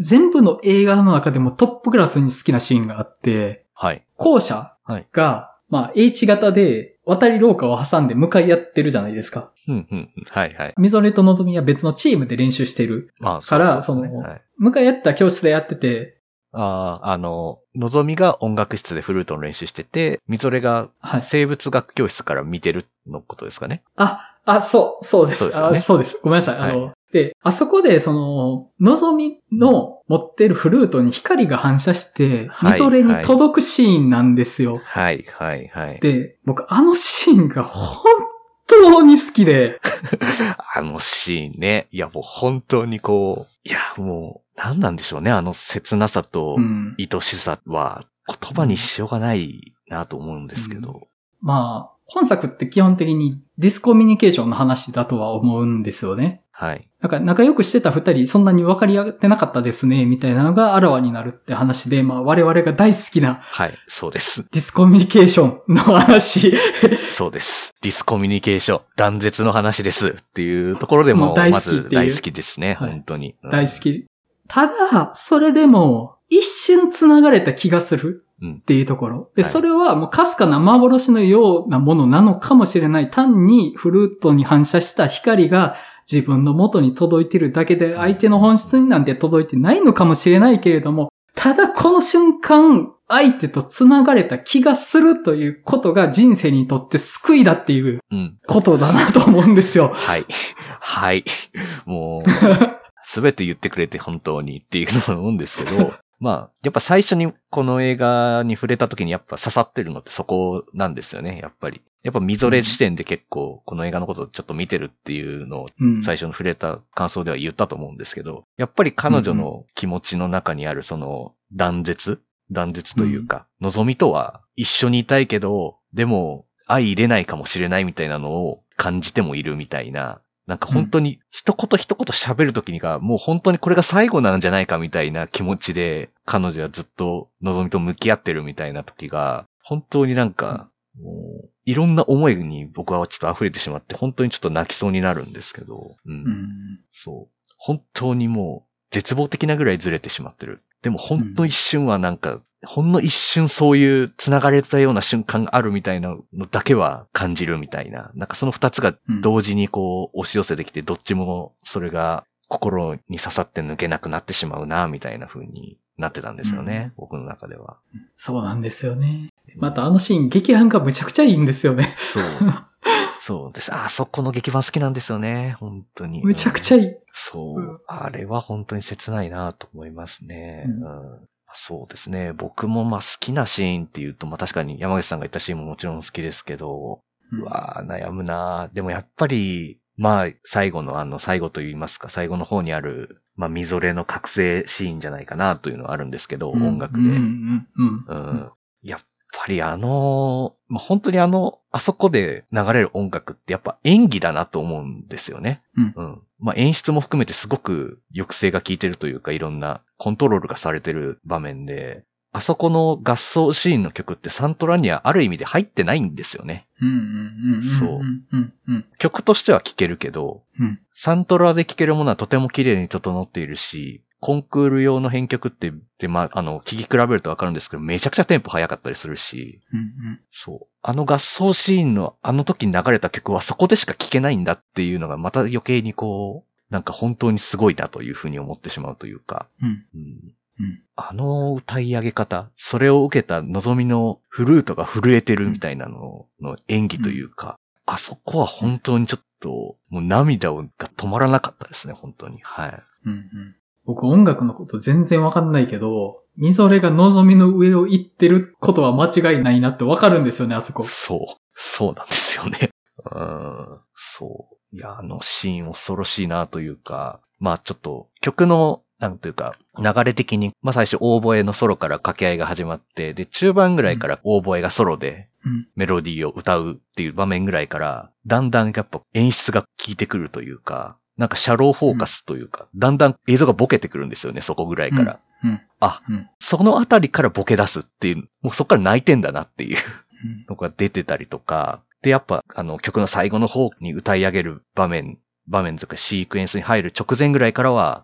Speaker 1: 全部の映画の中でもトップクラスに好きなシーンがあって、
Speaker 2: はい。
Speaker 1: 校舎が、まあ H 型で渡り廊下を挟んで向かい合ってるじゃないですか。
Speaker 2: はいはい。
Speaker 1: みぞれとのぞみは別のチームで練習してるから、向かい合った教室でやってて、
Speaker 2: のぞみが音楽室でフルートの練習してて、みぞれが生物学教室から見てるのことですかね。
Speaker 1: そうです。そうです。ごめんなさい。で、あそこで、のぞみの持ってるフルートに光が反射して、みぞれに届くシーンなんですよ。
Speaker 2: はい。
Speaker 1: で、僕、あのシーンが本当に好きで。
Speaker 2: あのシーンね。いや、もう本当にもう、何なんでしょうね。あの切なさと愛しさは言葉にしようがないなと思うんですけど。
Speaker 1: まあ、本作って基本的にディスコミュニケーションの話だとは思うんですよね。
Speaker 2: はい。
Speaker 1: なんか仲良くしてた二人そんなに分かり合ってなかったですね、みたいなのがあらわになるって話で、まあ我々が大好きな。
Speaker 2: はい、そうです。
Speaker 1: ディスコミュニケーションの話。
Speaker 2: そうです。ディスコミュニケーション、断絶の話ですっていうところでも、まず大好きですね、本当に。
Speaker 1: 大好き。ただ、それでも一瞬繋がれた気がする。っていうところ。で、それはもうかすかな幻のようなものなのかもしれない。単にフルートに反射した光が自分の元に届いてるだけで相手の本質になんて届いてないのかもしれないけれども、ただこの瞬間相手と繋がれた気がするということが人生にとって救いだっていうことだなと思うんですよ。
Speaker 2: はい。はい。もう、すべて言ってくれて本当にっていうのを思うんですけど、まあ、やっぱ最初にこの映画に触れた時にやっぱ刺さってるのってそこなんですよね、やっぱり。やっぱみぞれ視点で結構この映画のことをちょっと見てるっていうのを最初に触れた感想では言ったと思うんですけど、やっぱり彼女の気持ちの中にあるその断絶というか、望みとは一緒にいたいけど、でも相入れないかもしれないみたいなのを感じてもいるみたいな、なんか本当に一言一言喋るときにがもう本当にこれが最後なんじゃないかみたいな気持ちで彼女はずっと望みと向き合ってるみたいな時が本当になんかもういろんな思いに僕はちょっと溢れてしまって本当にちょっと泣きそうになるんですけど、そう。本当にもう絶望的なぐらいずれてしまってる。でも本当一瞬はなんかほんの一瞬そういう繋がれたような瞬間があるみたいなのだけは感じるみたいな。なんかその二つが同時に押し寄せてきて、どっちもそれが心に刺さって抜けなくなってしまうな、みたいな風になってたんですよね。僕の中では。
Speaker 1: そうなんですよね。またあのシーン、劇伴がむちゃくちゃいいんですよね。
Speaker 2: そうです。あそこの劇伴好きなんですよね。本当に。
Speaker 1: むちゃくちゃいい。
Speaker 2: そう。あれは本当に切ないなと思いますね。そうですね。僕も好きなシーンっていうと、確かに山口さんが言ったシーンももちろん好きですけど、悩むな。でもやっぱり、最後の最後と言いますか、最後の方にある、みぞれの覚醒シーンじゃないかなというのはあるんですけど、音楽で。やっぱり本当にあそこで流れる音楽ってやっぱ演技だなと思うんですよね。演出も含めてすごく抑制が効いてるというか、いろんなコントロールがされてる場面で、あそこの合奏シーンの曲ってサントラにはある意味で入ってないんですよね。そう。曲としては聴けるけど、サントラで聴けるものはとても綺麗に整っているし、コンクール用の編曲って、聴き比べるとわかるんですけど、めちゃくちゃテンポ早かったりするし、そう。合奏シーンの時に流れた曲はそこでしか聴けないんだっていうのがまた余計になんか本当にすごいなというふうに思ってしまうというか、歌い上げ方、それを受けた望みのフルートが震えてるみたいなのの演技というか、あそこは本当にちょっと、もう涙が止まらなかったですね、本当に。はい。
Speaker 1: 僕音楽のこと全然わかんないけど、みぞれが望みの上を行ってることは間違いないなってわかるんですよね、あそこ。
Speaker 2: そうなんですよね。そう。いや、シーン恐ろしいなというか、ちょっと曲の、なんというか、流れ的に、最初オーボエのソロから掛け合いが始まって、で、中盤ぐらいからオーボエがソロでメロディーを歌うっていう場面ぐらいから、だんだんやっぱ演出が効いてくるというか、なんかシャローフォーカスというか、だんだん映像がボケてくるんですよね、そこぐらいから。そのあたりからボケ出すっていう、もうそこから泣いてんだなっていうのが出てたりとか、で、やっぱ曲の最後の方に歌い上げる場面とかシークエンスに入る直前ぐらいからは、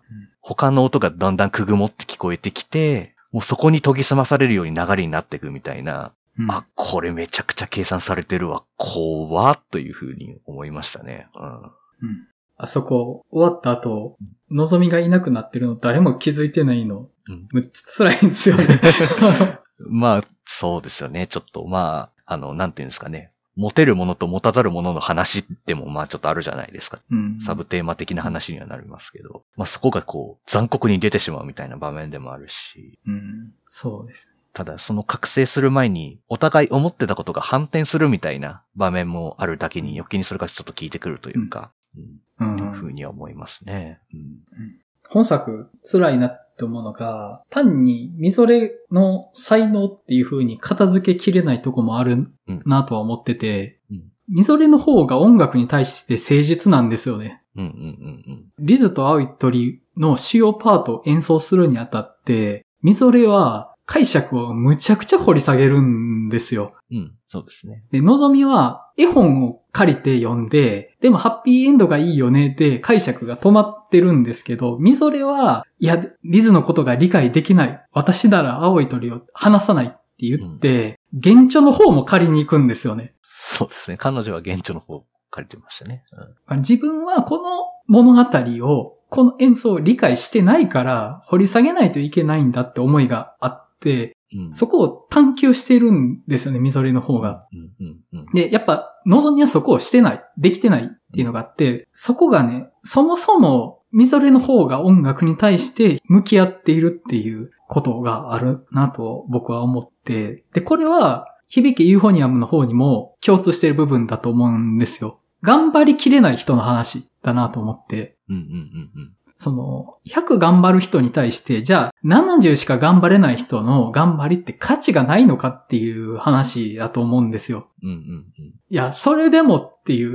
Speaker 2: 他の音がだんだんくぐもって聞こえてきて、もうそこに研ぎ澄まされるように流れになっていくみたいな、あ、これめちゃくちゃ計算されてるわ、怖っというふうに思いましたね。
Speaker 1: あそこ、終わった後、のぞみがいなくなってるの誰も気づいてないの、むっちゃ辛いんですよね。
Speaker 2: まあ、そうですよね。ちょっと、まあ、なんていうんですかね。持てるものと持たざるものの話でも、まあちょっとあるじゃないですか。サブテーマ的な話にはなりますけど、まあそこがこう、残酷に出てしまうみたいな場面でもあるし。
Speaker 1: そうですね。
Speaker 2: ただ、その覚醒する前に、お互い思ってたことが反転するみたいな場面もあるだけに、余計にそれがちょっと効いてくるというか、というふうには思いますね。
Speaker 1: 本作、辛いなって思うのが、単にみぞれの才能っていう風に片付けきれないとこもあるなとは思ってて、みぞれの方が音楽に対して誠実なんですよね。リズと青い鳥の主要パートを演奏するにあたって、みぞれは解釈をむちゃくちゃ掘り下げるんですよ。
Speaker 2: そうですね。
Speaker 1: で、のぞみは絵本を借りて読んで、でもハッピーエンドがいいよねで解釈が止まってるんですけど、みぞれは、いや、リズのことが理解できない。私なら青い鳥を離さないって言って、原著の方も借りに行くんですよね。
Speaker 2: そうですね。彼女は原著の方を借りてましたね。
Speaker 1: 自分はこの物語を、この演奏を理解してないから掘り下げないといけないんだって思いがあって、そこを探求してるんですよね、みぞれの方が。で、やっぱ、のぞみはそこをしてない、できてないっていうのがあって、そこがね、そもそも、みぞれの方が音楽に対して向き合っているっていうことがあるなと僕は思って、で、これは、響けユーフォニアムの方にも共通している部分だと思うんですよ。頑張りきれない人の話だなと思って。その、100頑張る人に対して、じゃあ、70しか頑張れない人の頑張りって価値がないのかっていう話だと思うんですよ。いや、それでもっていう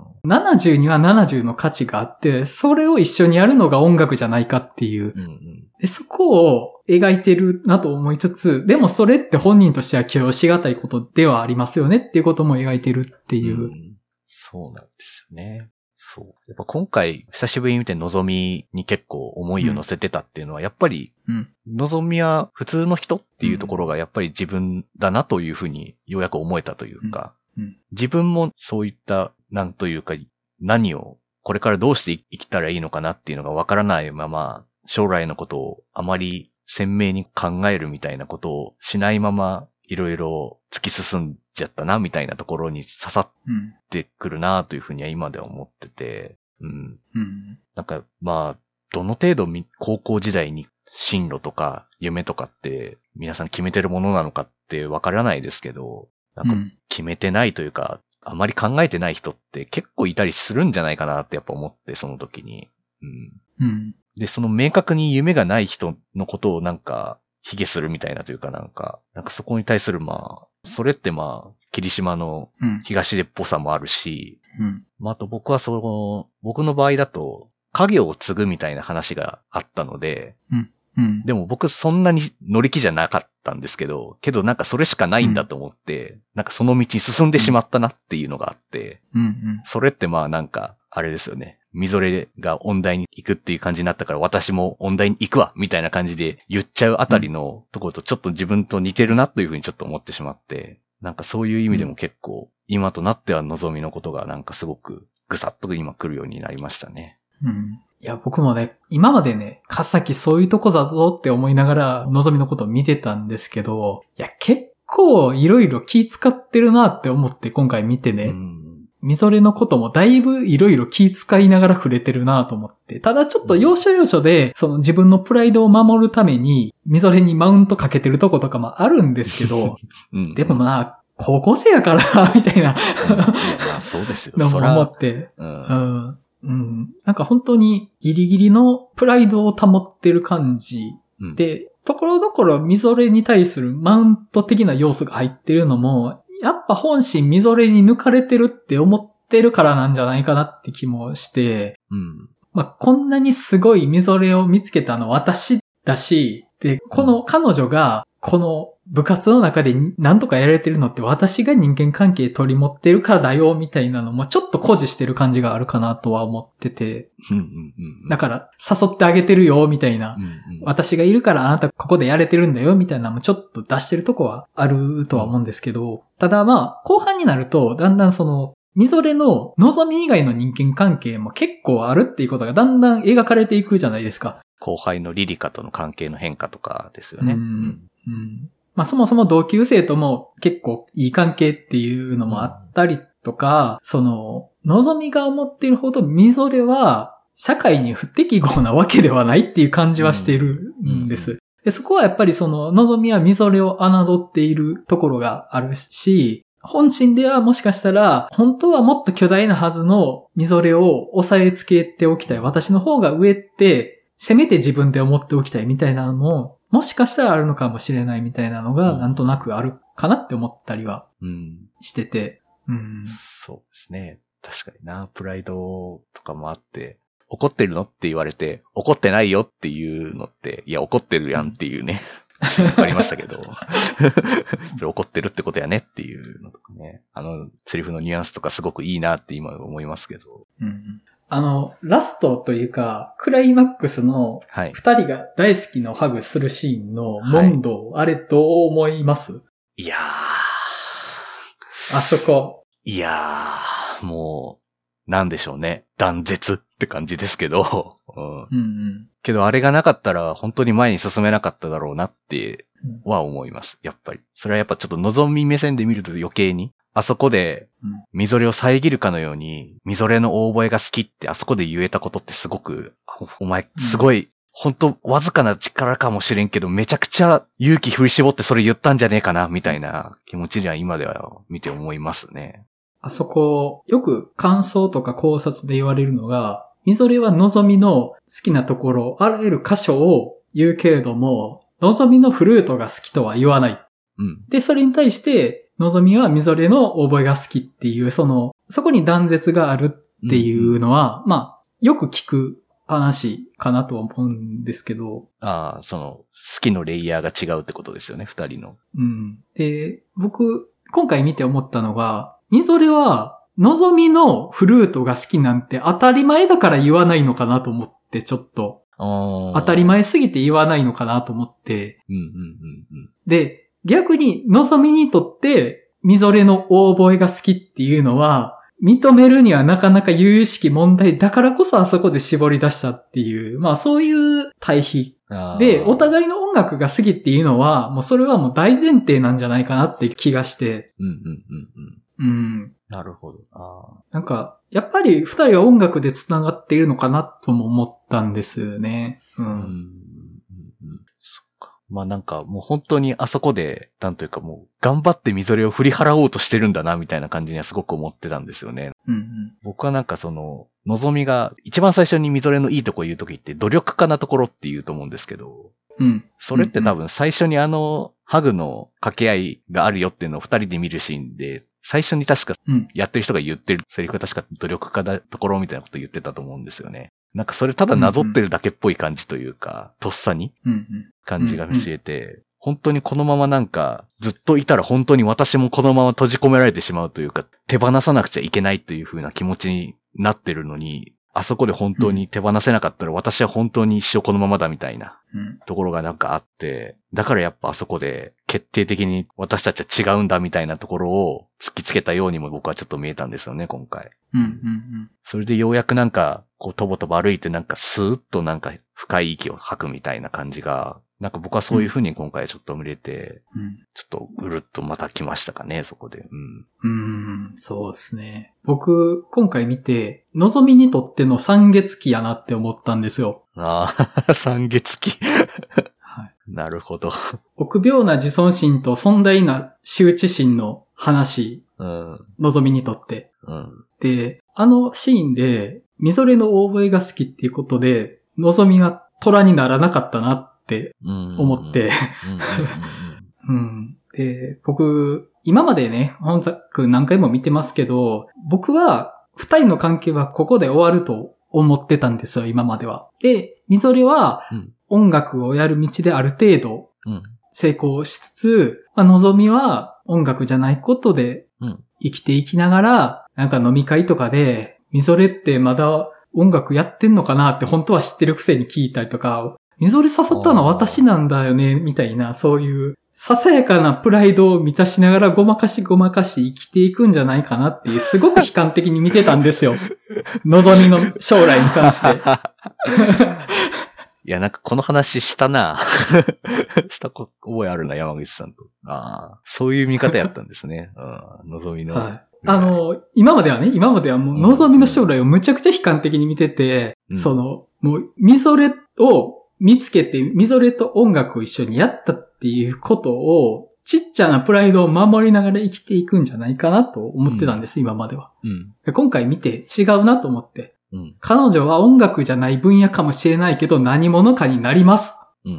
Speaker 1: 、70には70の価値があって、それを一緒にやるのが音楽じゃないかっていう。で、そこを描いてるなと思いつつ、でもそれって本人としては許容しがたいことではありますよねっていうことも描いてるっていう。
Speaker 2: そうなんですよね。そう。やっぱ今回、久しぶりに見てのぞみに結構思いを乗せてたっていうのは、やっぱり、のぞみは普通の人っていうところがやっぱり自分だなというふうにようやく思えたというか、自分もそういった、なんというか、何を、これからどうして生きたらいいのかなっていうのがわからないまま、将来のことをあまり鮮明に考えるみたいなことをしないまま、いろいろ突き進んじゃったなみたいなところに刺さってくるなというふうには今では思ってて、なんかまあ、どの程度高校時代に進路とか夢とかって皆さん決めてるものなのかってわからないですけど、なんか決めてないというか、あまり考えてない人って結構いたりするんじゃないかなってやっぱ思って、その時に。で、その明確に夢がない人のことをなんか、卑下するみたいなというかなんかそこに対するまあ、それってまあ、霧島の東出っぽさもあるし、あと僕は僕の場合だと、家業を継ぐみたいな話があったので、でも僕そんなに乗り気じゃなかったんですけどなんかそれしかないんだと思って、なんかその道に進んでしまったなっていうのがあって、それってまあなんか、あれですよね。みぞれが音大に行くっていう感じになったから私も音大に行くわみたいな感じで言っちゃうあたりのところとちょっと自分と似てるなというふうにちょっと思ってしまって、なんかそういう意味でも結構今となってはのぞみのことがなんかすごくぐさっと今来るようになりましたね。
Speaker 1: いや、僕もね、今までね、かさきそういうとこだぞって思いながらのぞみのことを見てたんですけど、いや、結構いろいろ気使ってるなって思って今回見てね、みぞれのこともだいぶいろいろ気遣いながら触れてるなと思って。ただちょっと要所要所で、その自分のプライドを守るために、みぞれにマウントかけてるとことかもあるんですけど、でもまあ、高校生やから、みたいな。
Speaker 2: そうですよ。
Speaker 1: のも思って、なんか本当にギリギリのプライドを保ってる感じで、ところどころみぞれに対するマウント的な要素が入ってるのも、やっぱ本心みぞれに抜かれてるって思ってるからなんじゃないかなって気もして、まあ、こんなにすごいみぞれを見つけたの私だし、で、この彼女がこの部活の中で何とかやられてるのって私が人間関係取り持ってるからだよ、みたいなのもちょっと誇示してる感じがあるかなとは思ってて。だから誘ってあげてるよ、みたいな。私がいるからあなたここでやれてるんだよ、みたいなのもちょっと出してるとこはあるとは思うんですけど、ただまあ、後半になるとだんだんその、みぞれの望み以外の人間関係も結構あるっていうことがだんだん描かれていくじゃないですか。
Speaker 2: 後輩のリリカとの関係の変化とかですよね。
Speaker 1: まあそもそも同級生とも結構いい関係っていうのもあったりとか、その、望みが思っているほどみぞれは社会に不適合なわけではないっていう感じはしているんです。でそこはやっぱりその、望みはみぞれを侮っているところがあるし、本心ではもしかしたら、本当はもっと巨大なはずのみぞれを抑えつけておきたい。私の方が上って、せめて自分で思っておきたいみたいなのも、もしかしたらあるのかもしれないみたいなのが、なんとなくあるかなって思ったりはしてて。
Speaker 2: そうですね。確かにな。プライドとかもあって、怒ってるのって言われて、怒ってないよっていうのって、いや怒ってるやんっていうね。ありましたけど。それ怒ってるってことやねっていうのとかね。セリフのニュアンスとかすごくいいなって今思いますけど。
Speaker 1: ラストというか、クライマックスの二人が大好きのハグするシーンの問答、あれどう思います？
Speaker 2: いや
Speaker 1: ー。あそこ。
Speaker 2: いやー、もう、なんでしょうね。断絶って感じですけど。けどあれがなかったら本当に前に進めなかっただろうなっては思います。やっぱり。それはやっぱちょっと望み目線で見ると余計に、あそこで、みぞれを遮るかのように、みぞれの大声が好きってあそこで言えたことってすごく、お前すごい、本当わずかな力かもしれんけど、めちゃくちゃ勇気振り絞ってそれ言ったんじゃねえかな、みたいな気持ちには今では見て思いますね。
Speaker 1: あそこ、よく感想とか考察で言われるのが、みぞれはのぞみの好きなところ、あらゆる箇所を言うけれども、のぞみのフルートが好きとは言わない。で、それに対して、のぞみはみぞれのオーボエが好きっていう、そこに断絶があるっていうのは、まあ、よく聞く話かなとは思うんですけど。
Speaker 2: 好きのレイヤーが違うってことですよね、二人の。
Speaker 1: で、僕、今回見て思ったのが、みぞれは、のぞみのフルートが好きなんて当たり前だから言わないのかなと思って、ちょっと。当たり前すぎて言わないのかなと思って。で、逆に、のぞみにとって、みぞれの大声が好きっていうのは、認めるにはなかなか由々しき問題だからこそあそこで絞り出したっていう、まあそういう対比。で、お互いの音楽が好きっていうのは、もうそれはもう大前提なんじゃないかなって気がして。
Speaker 2: なるほど。
Speaker 1: なんか、やっぱり二人は音楽で繋がっているのかなとも思ったんですね。そ
Speaker 2: っか。まあなんかもう本当にあそこで、なんというかもう頑張ってみぞれを振り払おうとしてるんだなみたいな感じにはすごく思ってたんですよね。僕はなんかのぞみが一番最初にみぞれのいいとこ言うときって努力家なところって言うと思うんですけど、それって多分最初にハグの掛け合いがあるよっていうのを二人で見るシーンで、最初に確かやってる人が言ってるセリフが確か努力家だところみたいなこと言ってたと思うんですよね。なんかそれただなぞってるだけっぽい感じというか、とっさに感じが教えて、本当にこのままなんかずっといたら本当に私もこのまま閉じ込められてしまうというか、手放さなくちゃいけないという風な気持ちになってるのに、あそこで本当に手放せなかったら私は本当に一生このままだみたいなところがなんかあって、だからやっぱあそこで決定的に私たちは違うんだみたいなところを突きつけたようにも僕はちょっと見えたんですよね、今回。それでようやくなんかこうとぼとぼ歩いてなんかスーッとなんか深い息を吐くみたいな感じが、なんか僕はそういう風に今回ちょっと見れて、ちょっとうるっとまた来ましたかね、そこで。
Speaker 1: そうですね。僕、今回見て、のぞみにとっての三月期やなって思ったんですよ。
Speaker 2: 三月期。なるほど。
Speaker 1: 臆病な自尊心と尊大な羞恥心の話。のぞみにとって。で、シーンで、みぞれの大声が好きっていうことで、のぞみは虎にならなかったなって思って。で、僕、今までね、本作何回も見てますけど、僕は二人の関係はここで終わると思ってたんですよ、今までは。で、みぞれは音楽をやる道である程度成功しつつ、のぞみは音楽じゃないことで生きていきながら、なんか飲み会とかで、みぞれってまだ音楽やってんのかなって本当は知ってるくせに聞いたりとか、みぞれ誘ったのは私なんだよね、みたいな、そういうささやかなプライドを満たしながらごまかし生きていくんじゃないかなっていう、すごく悲観的に見てたんですよ。のぞみの将来に関して。
Speaker 2: いや、なんかこの話したな。した覚えあるな、山口さんと。ああ、そういう見方やったんですね。のぞみの。はい。
Speaker 1: 今まではもう、のぞみの将来をむちゃくちゃ悲観的に見てて、もう、みぞれを見つけて、みぞれと音楽を一緒にやったっていうことを、ちっちゃなプライドを守りながら生きていくんじゃないかなと思ってたんです、今までは。今回見て違うなと思って。彼女は音楽じゃない分野かもしれないけど何者かになります。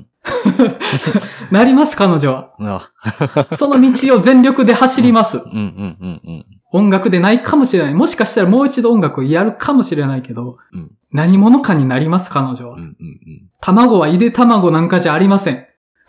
Speaker 1: なります、彼女は。その道を全力で走ります。音楽でないかもしれない。もしかしたらもう一度音楽をやるかもしれないけど、何者かになります、彼女は。卵はゆで卵なんかじゃありません。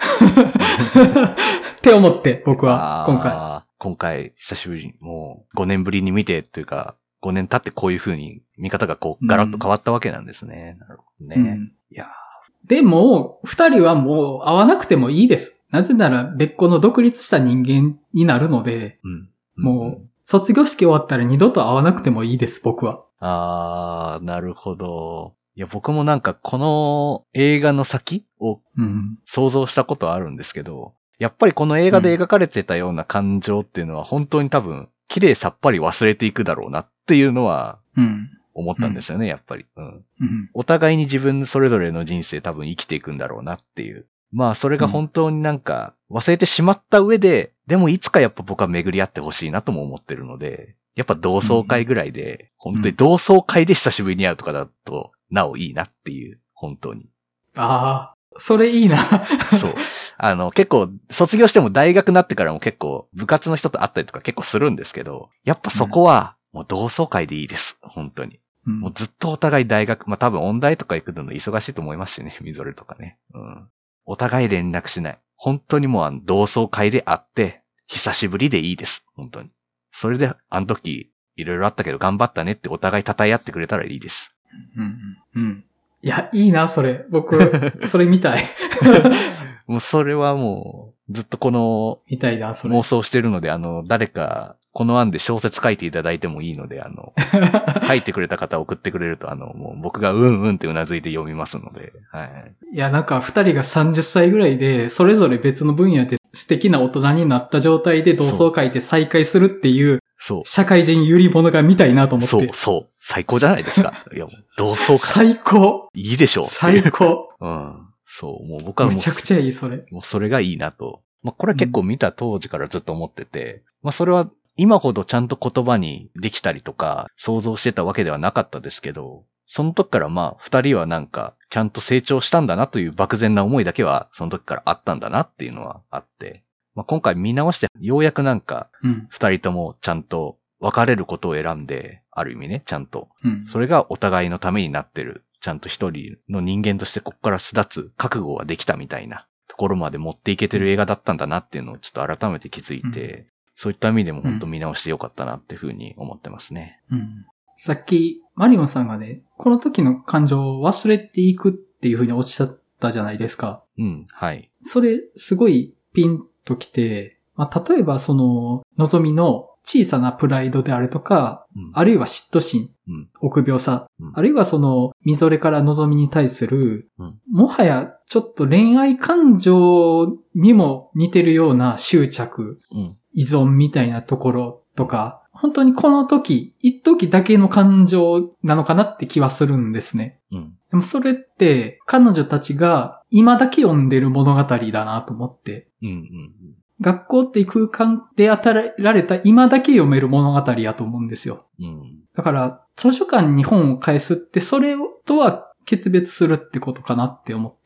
Speaker 1: って思って、僕は、
Speaker 2: 今回、久しぶりに、もう5年ぶりに見てというか、5年経ってこういう風に見方がこうガラッと変わったわけなんですね。なるほどね。いや
Speaker 1: でも、二人はもう会わなくてもいいです。なぜなら別個の独立した人間になるので、もう卒業式終わったら二度と会わなくてもいいです、僕は。
Speaker 2: なるほど。いや、僕もなんかこの映画の先を想像したことはあるんですけど、やっぱりこの映画で描かれてたような感情っていうのは本当に多分、綺麗さっぱり忘れていくだろうなっていうのは、思ったんですよね、やっぱり。お互いに自分それぞれの人生多分生きていくんだろうなっていう。まあ、それが本当になんか忘れてしまった上で、でもいつかやっぱ僕は巡り合ってほしいなとも思ってるので、やっぱ同窓会ぐらいで、本当に同窓会で久しぶりに会うとかだと、なおいいなっていう、本当に。
Speaker 1: それいいな。
Speaker 2: そう。結構、卒業しても大学になってからも結構、部活の人と会ったりとか結構するんですけど、やっぱそこは、もう同窓会でいいです。本当に。もうずっとお互い大学、多分音大とか行くの忙しいと思いますしね、みぞれとかね。お互い連絡しない。本当にもう同窓会で会って、久しぶりでいいです。本当に。それで、あの時、いろいろあったけど頑張ったねってお互い称え合ってくれたらいいです。
Speaker 1: いや、いいな、それ。僕、それ見たい。
Speaker 2: もうそれはもう、ずっとこの、
Speaker 1: 見たいな、それ。
Speaker 2: 妄想してるので、誰か、この案で小説書いていただいてもいいので、書いてくれた方送ってくれると、もう僕がってうなずいて読みますので、はい。
Speaker 1: いや、なんか二人が30歳ぐらいで、それぞれ別の分野で素敵な大人になった状態で同窓会で再会するっていう、社会人ゆり物が見たいなと思って。
Speaker 2: そう。最高じゃないですか。いや、同窓会。
Speaker 1: 最高。
Speaker 2: いいでしょう。
Speaker 1: 最高。
Speaker 2: そう、もう僕はもう。
Speaker 1: めちゃくちゃいい、それ。
Speaker 2: もうそれがいいなと。これは結構見た当時からずっと思ってて、それは今ほどちゃんと言葉にできたりとか、想像してたわけではなかったですけど、その時から二人はなんか、ちゃんと成長したんだなという漠然な思いだけは、その時からあったんだなっていうのはあって、今回見直して、ようやくなんか、二人ともちゃんと別れることを選んで、ある意味ね、ちゃんと。それがお互いのためになってる。ちゃんと一人の人間としてここから巣立つ覚悟ができたみたいなところまで持っていけてる映画だったんだなっていうのをちょっと改めて気づいて、そういった意味でも本当見直してよかったなっていうふうに思ってますね。
Speaker 1: さっき、マリオンさんがね、この時の感情を忘れていくっていうふうにおっしゃったじゃないですか。
Speaker 2: はい。
Speaker 1: それ、すごいピンときて、例えばのぞみの小さなプライドであるとか、あるいは嫉妬心、臆病さ、あるいはみぞれからのぞみに対する、もはやちょっと恋愛感情にも似てるような執着、依存みたいなところとか、本当にこの時、一時だけの感情なのかなって気はするんですね。でもそれって彼女たちが今だけ読んでる物語だなと思って。学校っていう空間で与えられた今だけ読める物語やと思うんですよ。だから、図書館に本を返すってそれとは決別するってことかなって思って。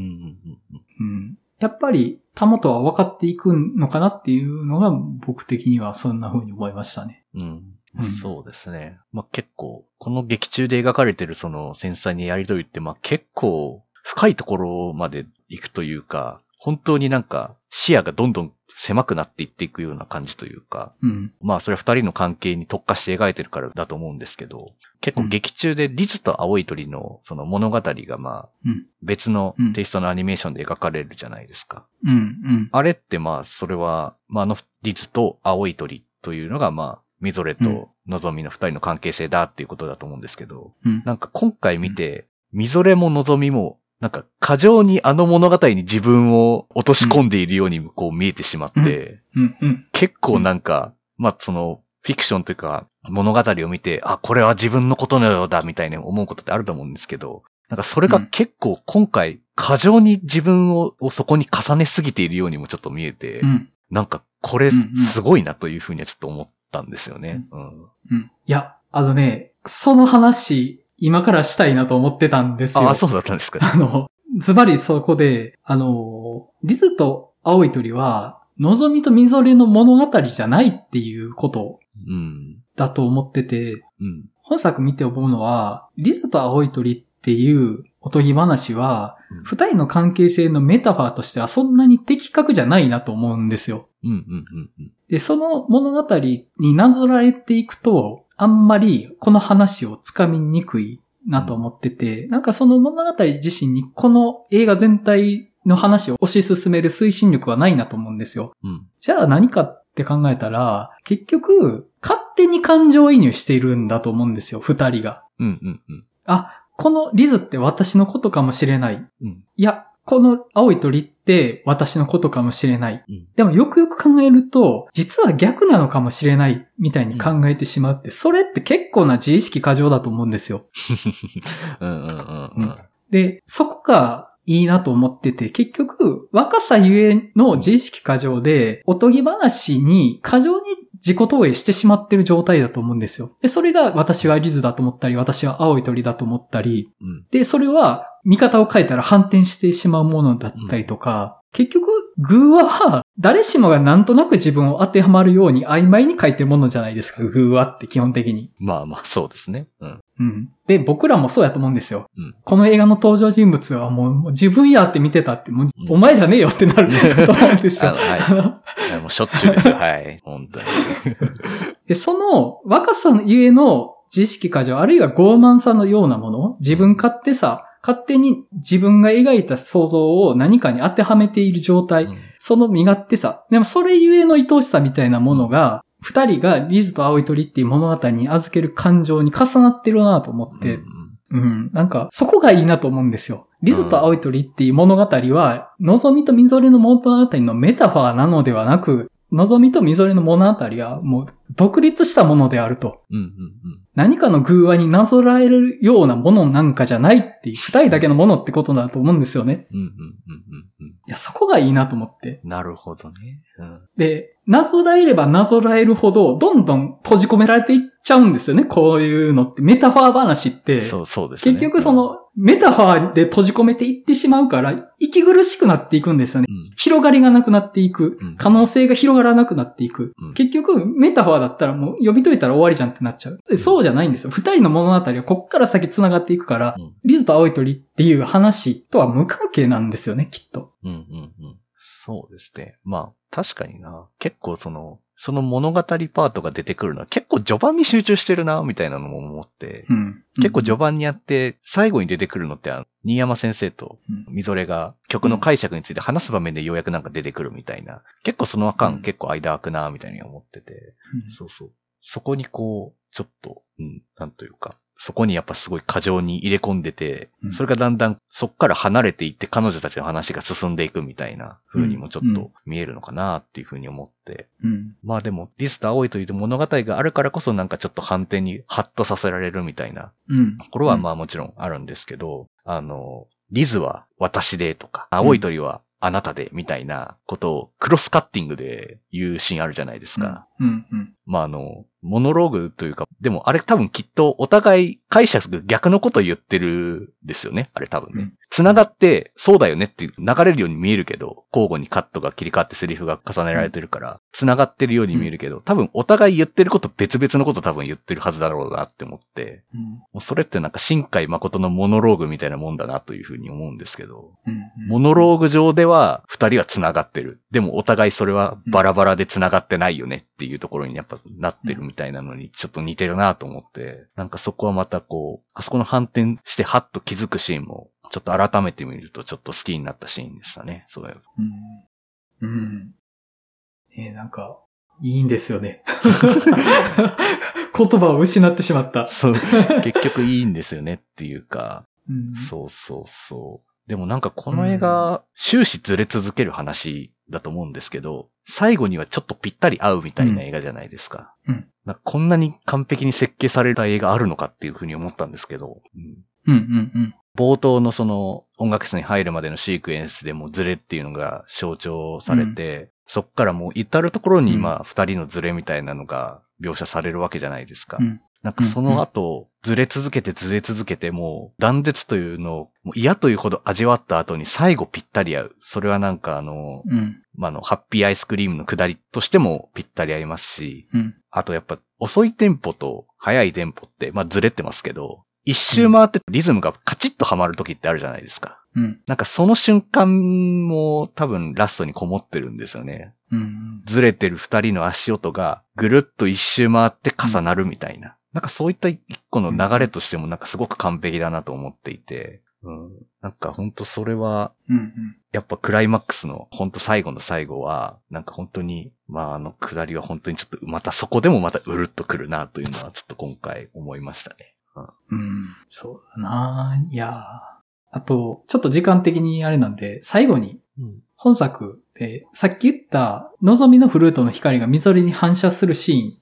Speaker 1: やっぱり、たもとは分かっていくのかなっていうのが僕的にはそんな風に思いましたね。
Speaker 2: そうですね。結構、この劇中で描かれてるその繊細なやりとりって結構深いところまで行くというか、 本当になんか視野がどんどん狭くなっていっていくような感じというか、まあそれは二人の関係に特化して描いてるからだと思うんですけど、結構劇中でリズと青い鳥のその物語がまあ、別のテイストのアニメーションで描かれるじゃないですか。あれってまあそれは、まあリズと青い鳥というのがまあ、みぞれとのぞみの二人の関係性だっていうことだと思うんですけど、なんか今回見て、みぞれものぞみも、なんか過剰にあの物語に自分を落とし込んでいるようにこう見えてしまって、結構なんか、まあそのフィクションというか物語を見て、あ、これは自分のことのようだみたいに思うことってあると思うんですけど、なんかそれが結構今回過剰に自分をそこに重ねすぎているようにもちょっと見えて、なんかこれすごいなというふうにはちょっと思ったんですよね。
Speaker 1: いや、その話、今からしたいなと思ってたんですよ。
Speaker 2: あ、そうだったんですか。
Speaker 1: ズバリそこで、リズと青い鳥は、のぞみとみぞれの物語じゃないっていうことだと思ってて、本作見て思うのは、リズと青い鳥っていうおとぎ話は、二人の関係性のメタファーとしてはそんなに的確じゃないなと思うんですよ。で、その物語になぞらえていくと、あんまりこの話をつかみにくいなと思ってて、なんかその物語自身にこの映画全体の話を推し進める推進力はないなと思うんですよ。じゃあ何かって考えたら、結局、勝手に感情移入しているんだと思うんですよ、二人が。あ、このリズって私のことかもしれない。いや、この青い鳥って私のことかもしれない。でもよくよく考えると、実は逆なのかもしれないみたいに考えてしまうって、それって結構な自意識過剰だと思うんですよ。で、そこがいいなと思ってて、結局、若さゆえの自意識過剰で、おとぎ話に過剰に自己投影してしまってる状態だと思うんですよ。で、それが私はリズだと思ったり、私は青い鳥だと思ったり、で、それは見方を変えたら反転してしまうものだったりとか、結局、偶話は誰しもがなんとなく自分を当てはまるように曖昧に書いてるものじゃないですか、偶話って基本的に。
Speaker 2: まあまあ、そうですね。
Speaker 1: で、僕らもそうやと思うんですよ。この映画の登場人物はもう自分やって見てたって、もうお前じゃねえよってなると思うんですよ。
Speaker 2: もうしょっちゅうですよ。はい。本当に。
Speaker 1: で、その若さゆえの自意識過剰、あるいは傲慢さのようなもの、自分勝手に自分が描いた想像を何かに当てはめている状態、その身勝手さ、でもそれゆえの愛おしさみたいなものが、二人がリズと青い鳥っていう物語に預ける感情に重なってるなと思って、なんかそこがいいなと思うんですよ。リズと青い鳥っていう物語は、のぞみとみぞれの物語のメタファーなのではなく、のぞみとみぞれの物語はもう独立したものであると。何かの偶話になぞらえるようなものなんかじゃないっていう、二人だけのものってことだと思うんですよね。いや、そこがいいなと思って。
Speaker 2: なるほどね。
Speaker 1: で、なぞらえればなぞらえるほど、どんどん閉じ込められていっちゃうんですよね。こういうのって。メタファー話って。
Speaker 2: そうですね。
Speaker 1: 結局その、メタファーで閉じ込めていってしまうから、息苦しくなっていくんですよね。広がりがなくなっていく。可能性が広がらなくなっていく。結局、メタファーだったらもう呼びといたら終わりじゃんってなっちゃう。そうじゃないんですよ。二人の物語はこっから先繋がっていくから、リズと青い鳥っていう話とは無関係なんですよね、きっと。
Speaker 2: そうですね。まあ、確かにな。結構その物語パートが出てくるのは結構序盤に集中してるな、みたいなのも思って、結構序盤にやって、最後に出てくるのって新山先生とみぞれが曲の解釈について話す場面でようやくなんか出てくるみたいな。結構その間、結構間空くな、みたいに思ってて、そこにこう、ちょっと、なんというか、そこにやっぱすごい過剰に入れ込んでて、それがだんだんそっから離れていって彼女たちの話が進んでいくみたいな風にもちょっと見えるのかなっていう風に思って。まあでも、リズと青いという物語があるからこそなんかちょっと反転にハッとさせられるみたいなところはまあもちろんあるんですけど、リズは私でとか、青い鳥はあなたでみたいなことをクロスカッティングで言うシーンあるじゃないですか。
Speaker 1: うんうん。
Speaker 2: まあモノローグというか、でもあれ多分きっとお互い解釈逆のこと言ってるんですよね。あれ多分ね。繋がって、そうだよねって流れるように見えるけど、交互にカットが切り替わってセリフが重ねられてるから、繋がってるように見えるけど、多分お互い言ってること別々のこと多分言ってるはずだろうなって思って、もうそれってなんか新海誠のモノローグみたいなもんだなというふうに思うんですけど、モノローグ上では二人は繋がってる。でもお互いそれはバラバラで繋がってないよねっていうところにやっぱなってるみたいなのにちょっと似てるなと思って、なんかそこはまたこう、あそこの反転してハッと気づくシーンも、ちょっと改めて見るとちょっと好きになったシーンでしたね、そういう。
Speaker 1: なんか、いいんですよね。言葉を失ってしまった。
Speaker 2: そう、結局いいんですよねっていうか、そうそうそう。でもなんかこの映画、終始ずれ続ける話だと思うんですけど、最後にはちょっっとぴったり合うみたいな映画じゃないですか。なんかこんなに完璧に設計された映画あるのかっていうふうに思ったんですけど、冒頭のその音楽室に入るまでのシークエンスでもズレっていうのが象徴されて、そっからもう至るところに二人のズレみたいなのが描写されるわけじゃないですか。なんかその後、ずれ続けてもう断絶というのをもう嫌というほど味わった後に最後ぴったり合う。それはなんかハッピーアイスクリームの下りとしてもぴったり合いますし、あとやっぱ遅いテンポと速いテンポって、ずれてますけど、一周回ってリズムがカチッとはまる時ってあるじゃないですか。なんかその瞬間も多分ラストにこもってるんですよね。ずれてる二人の足音がぐるっと一周回って重なるみたいな。なんかそういった一個の流れとしてもなんかすごく完璧だなと思っていて、なんか本当それは、やっぱクライマックスの本当最後の最後は、なんか本当に、下りは本当にちょっとまたそこでもまたうるっとくるなというのはちょっと今回思いましたね。
Speaker 1: そうだな。いやあと、ちょっと時間的にあれなんで、最後に、本作で、さっき言った、望みのフルートの光が緑に反射するシーンって、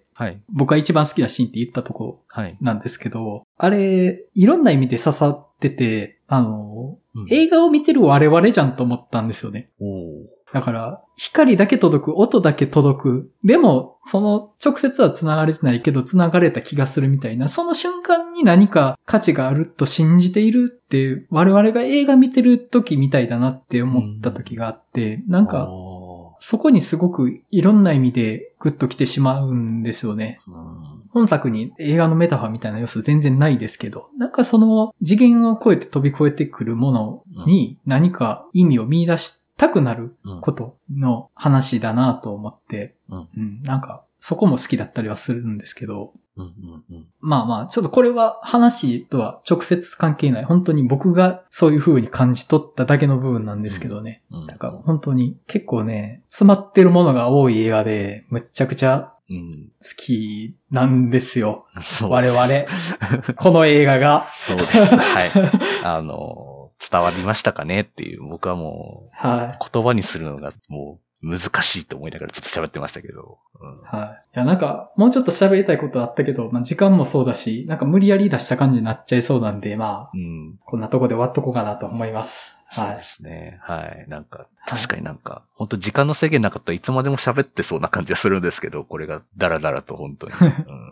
Speaker 1: 僕が一番好きなシーンって言ったとこなんですけど、あれ、いろんな意味で刺さってて、映画を見てる我々じゃんと思ったんですよね。だから、光だけ届く、音だけ届く。でも、その直接は繋がれてないけど、繋がれた気がするみたいな、その瞬間に何か価値があると信じているって、我々が映画見てる時みたいだなって思った時があって、なんか、そこにすごくいろんな意味でグッと来てしまうんですよね。本作に映画のメタファーみたいな要素全然ないですけど、なんかその次元を超えて飛び越えてくるものに何か意味を見出したくなることの話だなと思って、なんかそこも好きだったりはするんですけど、ちょっとこれは話とは直接関係ない。本当に僕がそういう風に感じ取っただけの部分なんですけどね。だから本当に結構ね、詰まってるものが多い映画で、むっちゃくちゃ好きなんですよ。我々。この映画が。
Speaker 2: そうです。はい。伝わりましたかねっていう、僕はもう、言葉にするのがもう、難しいと思いながらずっと喋ってましたけど。
Speaker 1: いや、なんか、もうちょっと喋りたいことあったけど、時間もそうだし、なんか無理やり出した感じになっちゃいそうなんで、こんなとこで終わっとこうかなと思います。
Speaker 2: そうですね。なんか、確かになんか、本当時間の制限なかったらいつまでも喋ってそうな感じはするんですけど、これがダラダラと本当に。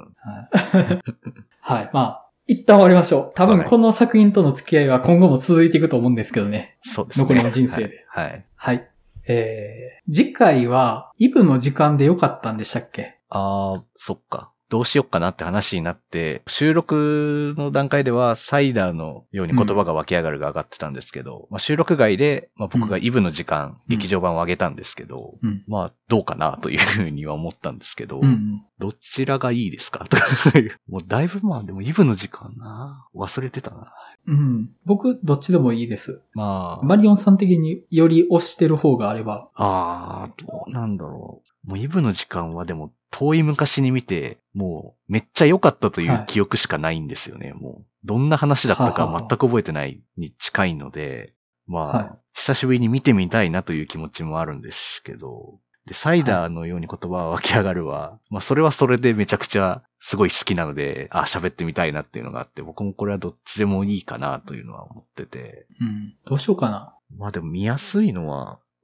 Speaker 1: 一旦終わりましょう。多分この作品との付き合いは今後も続いていくと思うんですけどね。
Speaker 2: そうですね。
Speaker 1: 残りの人生で。次回は、イブの時間でよかったんでしたっけ？
Speaker 2: そっか。どうしよっかなって話になって、収録の段階ではサイダーのように言葉が湧き上がるが上がってたんですけど、収録外で、僕がイブの時間、劇場版を上げたんですけど、どうかなというふうには思ったんですけど、どちらがいいですかともうだいぶでもイブの時間な。忘れてたな。
Speaker 1: 僕、どっちでもいいです。マリオンさん的により推してる方があれば。
Speaker 2: どうなんだろう。もうイブの時間はでも遠い昔に見て、もうめっちゃ良かったという記憶しかないんですよね。もうどんな話だったか全く覚えてないに近いので、久しぶりに見てみたいなという気持ちもあるんですけど、で、サイダーのように言葉は湧き上がるは、それはそれでめちゃくちゃすごい好きなので、喋ってみたいなっていうのがあって、僕もこれはどっちでもいいかなというのは思ってて。
Speaker 1: どうしようかな。
Speaker 2: でも見やすいのは、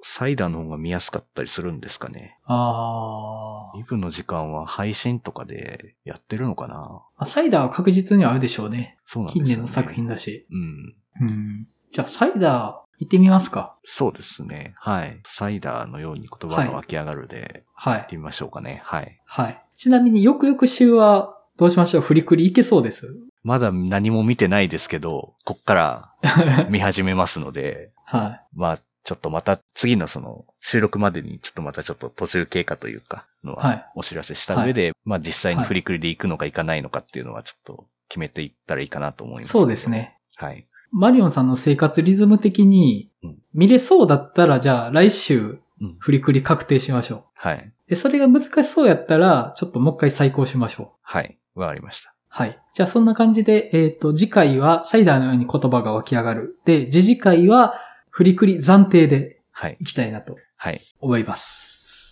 Speaker 2: サイダーの方が見やすかったりするんですかね。イブの時間は配信とかでやってるのかな。
Speaker 1: サイダーは確実にあるでしょうね。
Speaker 2: そうなんですよね。
Speaker 1: 近年の作品だし。
Speaker 2: うん。
Speaker 1: じゃあ、サイダー行ってみますか。
Speaker 2: そうですね。はい。サイダーのように言葉が湧き上がるで、行ってみましょうかね。はい。
Speaker 1: はい。ちなみに、よくよく週はどうしましょう？フリクリいけそうです？
Speaker 2: まだ何も見てないですけど、こっから見始めますので、
Speaker 1: はい。
Speaker 2: まあ、ちょっとまた次のその収録までにちょっと途中経過というかのはお知らせした上で、まあ実際にフリクリで行くのか行かないのかっていうのはちょっと決めていったらいいかなと思います。
Speaker 1: そうですね。
Speaker 2: はい。
Speaker 1: マリオンさんの生活リズム的に見れそうだったら、じゃあ来週フリクリ確定しましょう。
Speaker 2: はい。
Speaker 1: で、それが難しそうやったら、ちょっともう一回再考しましょう。
Speaker 2: はい。わかりました。
Speaker 1: はい。じゃあそんな感じで、次回はサイダーのように言葉が湧き上がる。で、次回はフリクリ暫定でいきたいなと思います。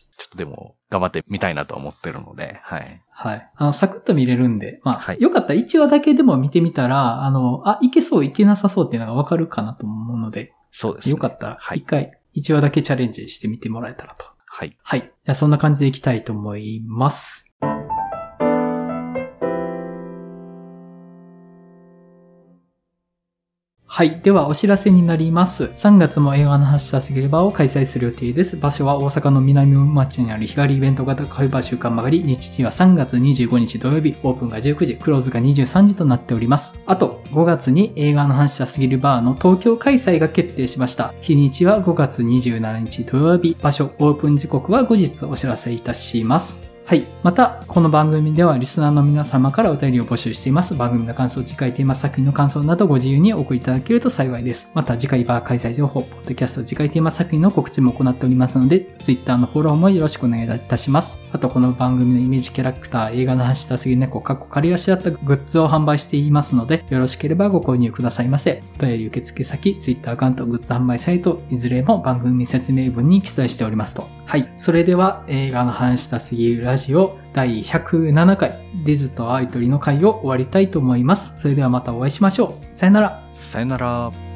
Speaker 2: ちょっとでも頑張ってみたいなと思ってるので、はい。
Speaker 1: はい。サクッと見れるんで、まあ、よかったら1話だけでも見てみたら、いけそういけなさそうっていうのがわかるかなと思うので、
Speaker 2: そうですね。
Speaker 1: よかったら1回、1話だけチャレンジしてみてもらえたらと。
Speaker 2: はい。
Speaker 1: はい。じゃあそんな感じでいきたいと思います。はい。では、お知らせになります。3月も映画の発射すぎる場を開催する予定です。場所は大阪の南町にある日帰りイベント型カフェバー週刊曲がり。日時は3月25日土曜日。オープンが19時、クローズが23時となっております。あと、5月に映画の発射すぎるバーの東京開催が決定しました。日にちは5月27日土曜日。場所、オープン時刻は後日お知らせいたします。はい。また、この番組ではリスナーの皆様からお便りを募集しています。番組の感想、次回テーマ作品の感想などご自由にお送りいただけると幸いです。また、次回バー開催情報、ポッドキャスト次回テーマ作品の告知も行っておりますので、Twitter のフォローもよろしくお願いいたします。あと、この番組のイメージキャラクター、映画の発したすぎ猫、仮足だったグッズを販売していますので、よろしければご購入くださいませ。お便り受付先、Twitter アカウント、グッズ販売サイト、いずれも番組説明文に記載しておりますと。はい。それでは、映画の話したすぎるラジオ、第107回、ディズとアイトリの回を終わりたいと思います。それではまたお会いしましょう。さよなら。
Speaker 2: さよなら。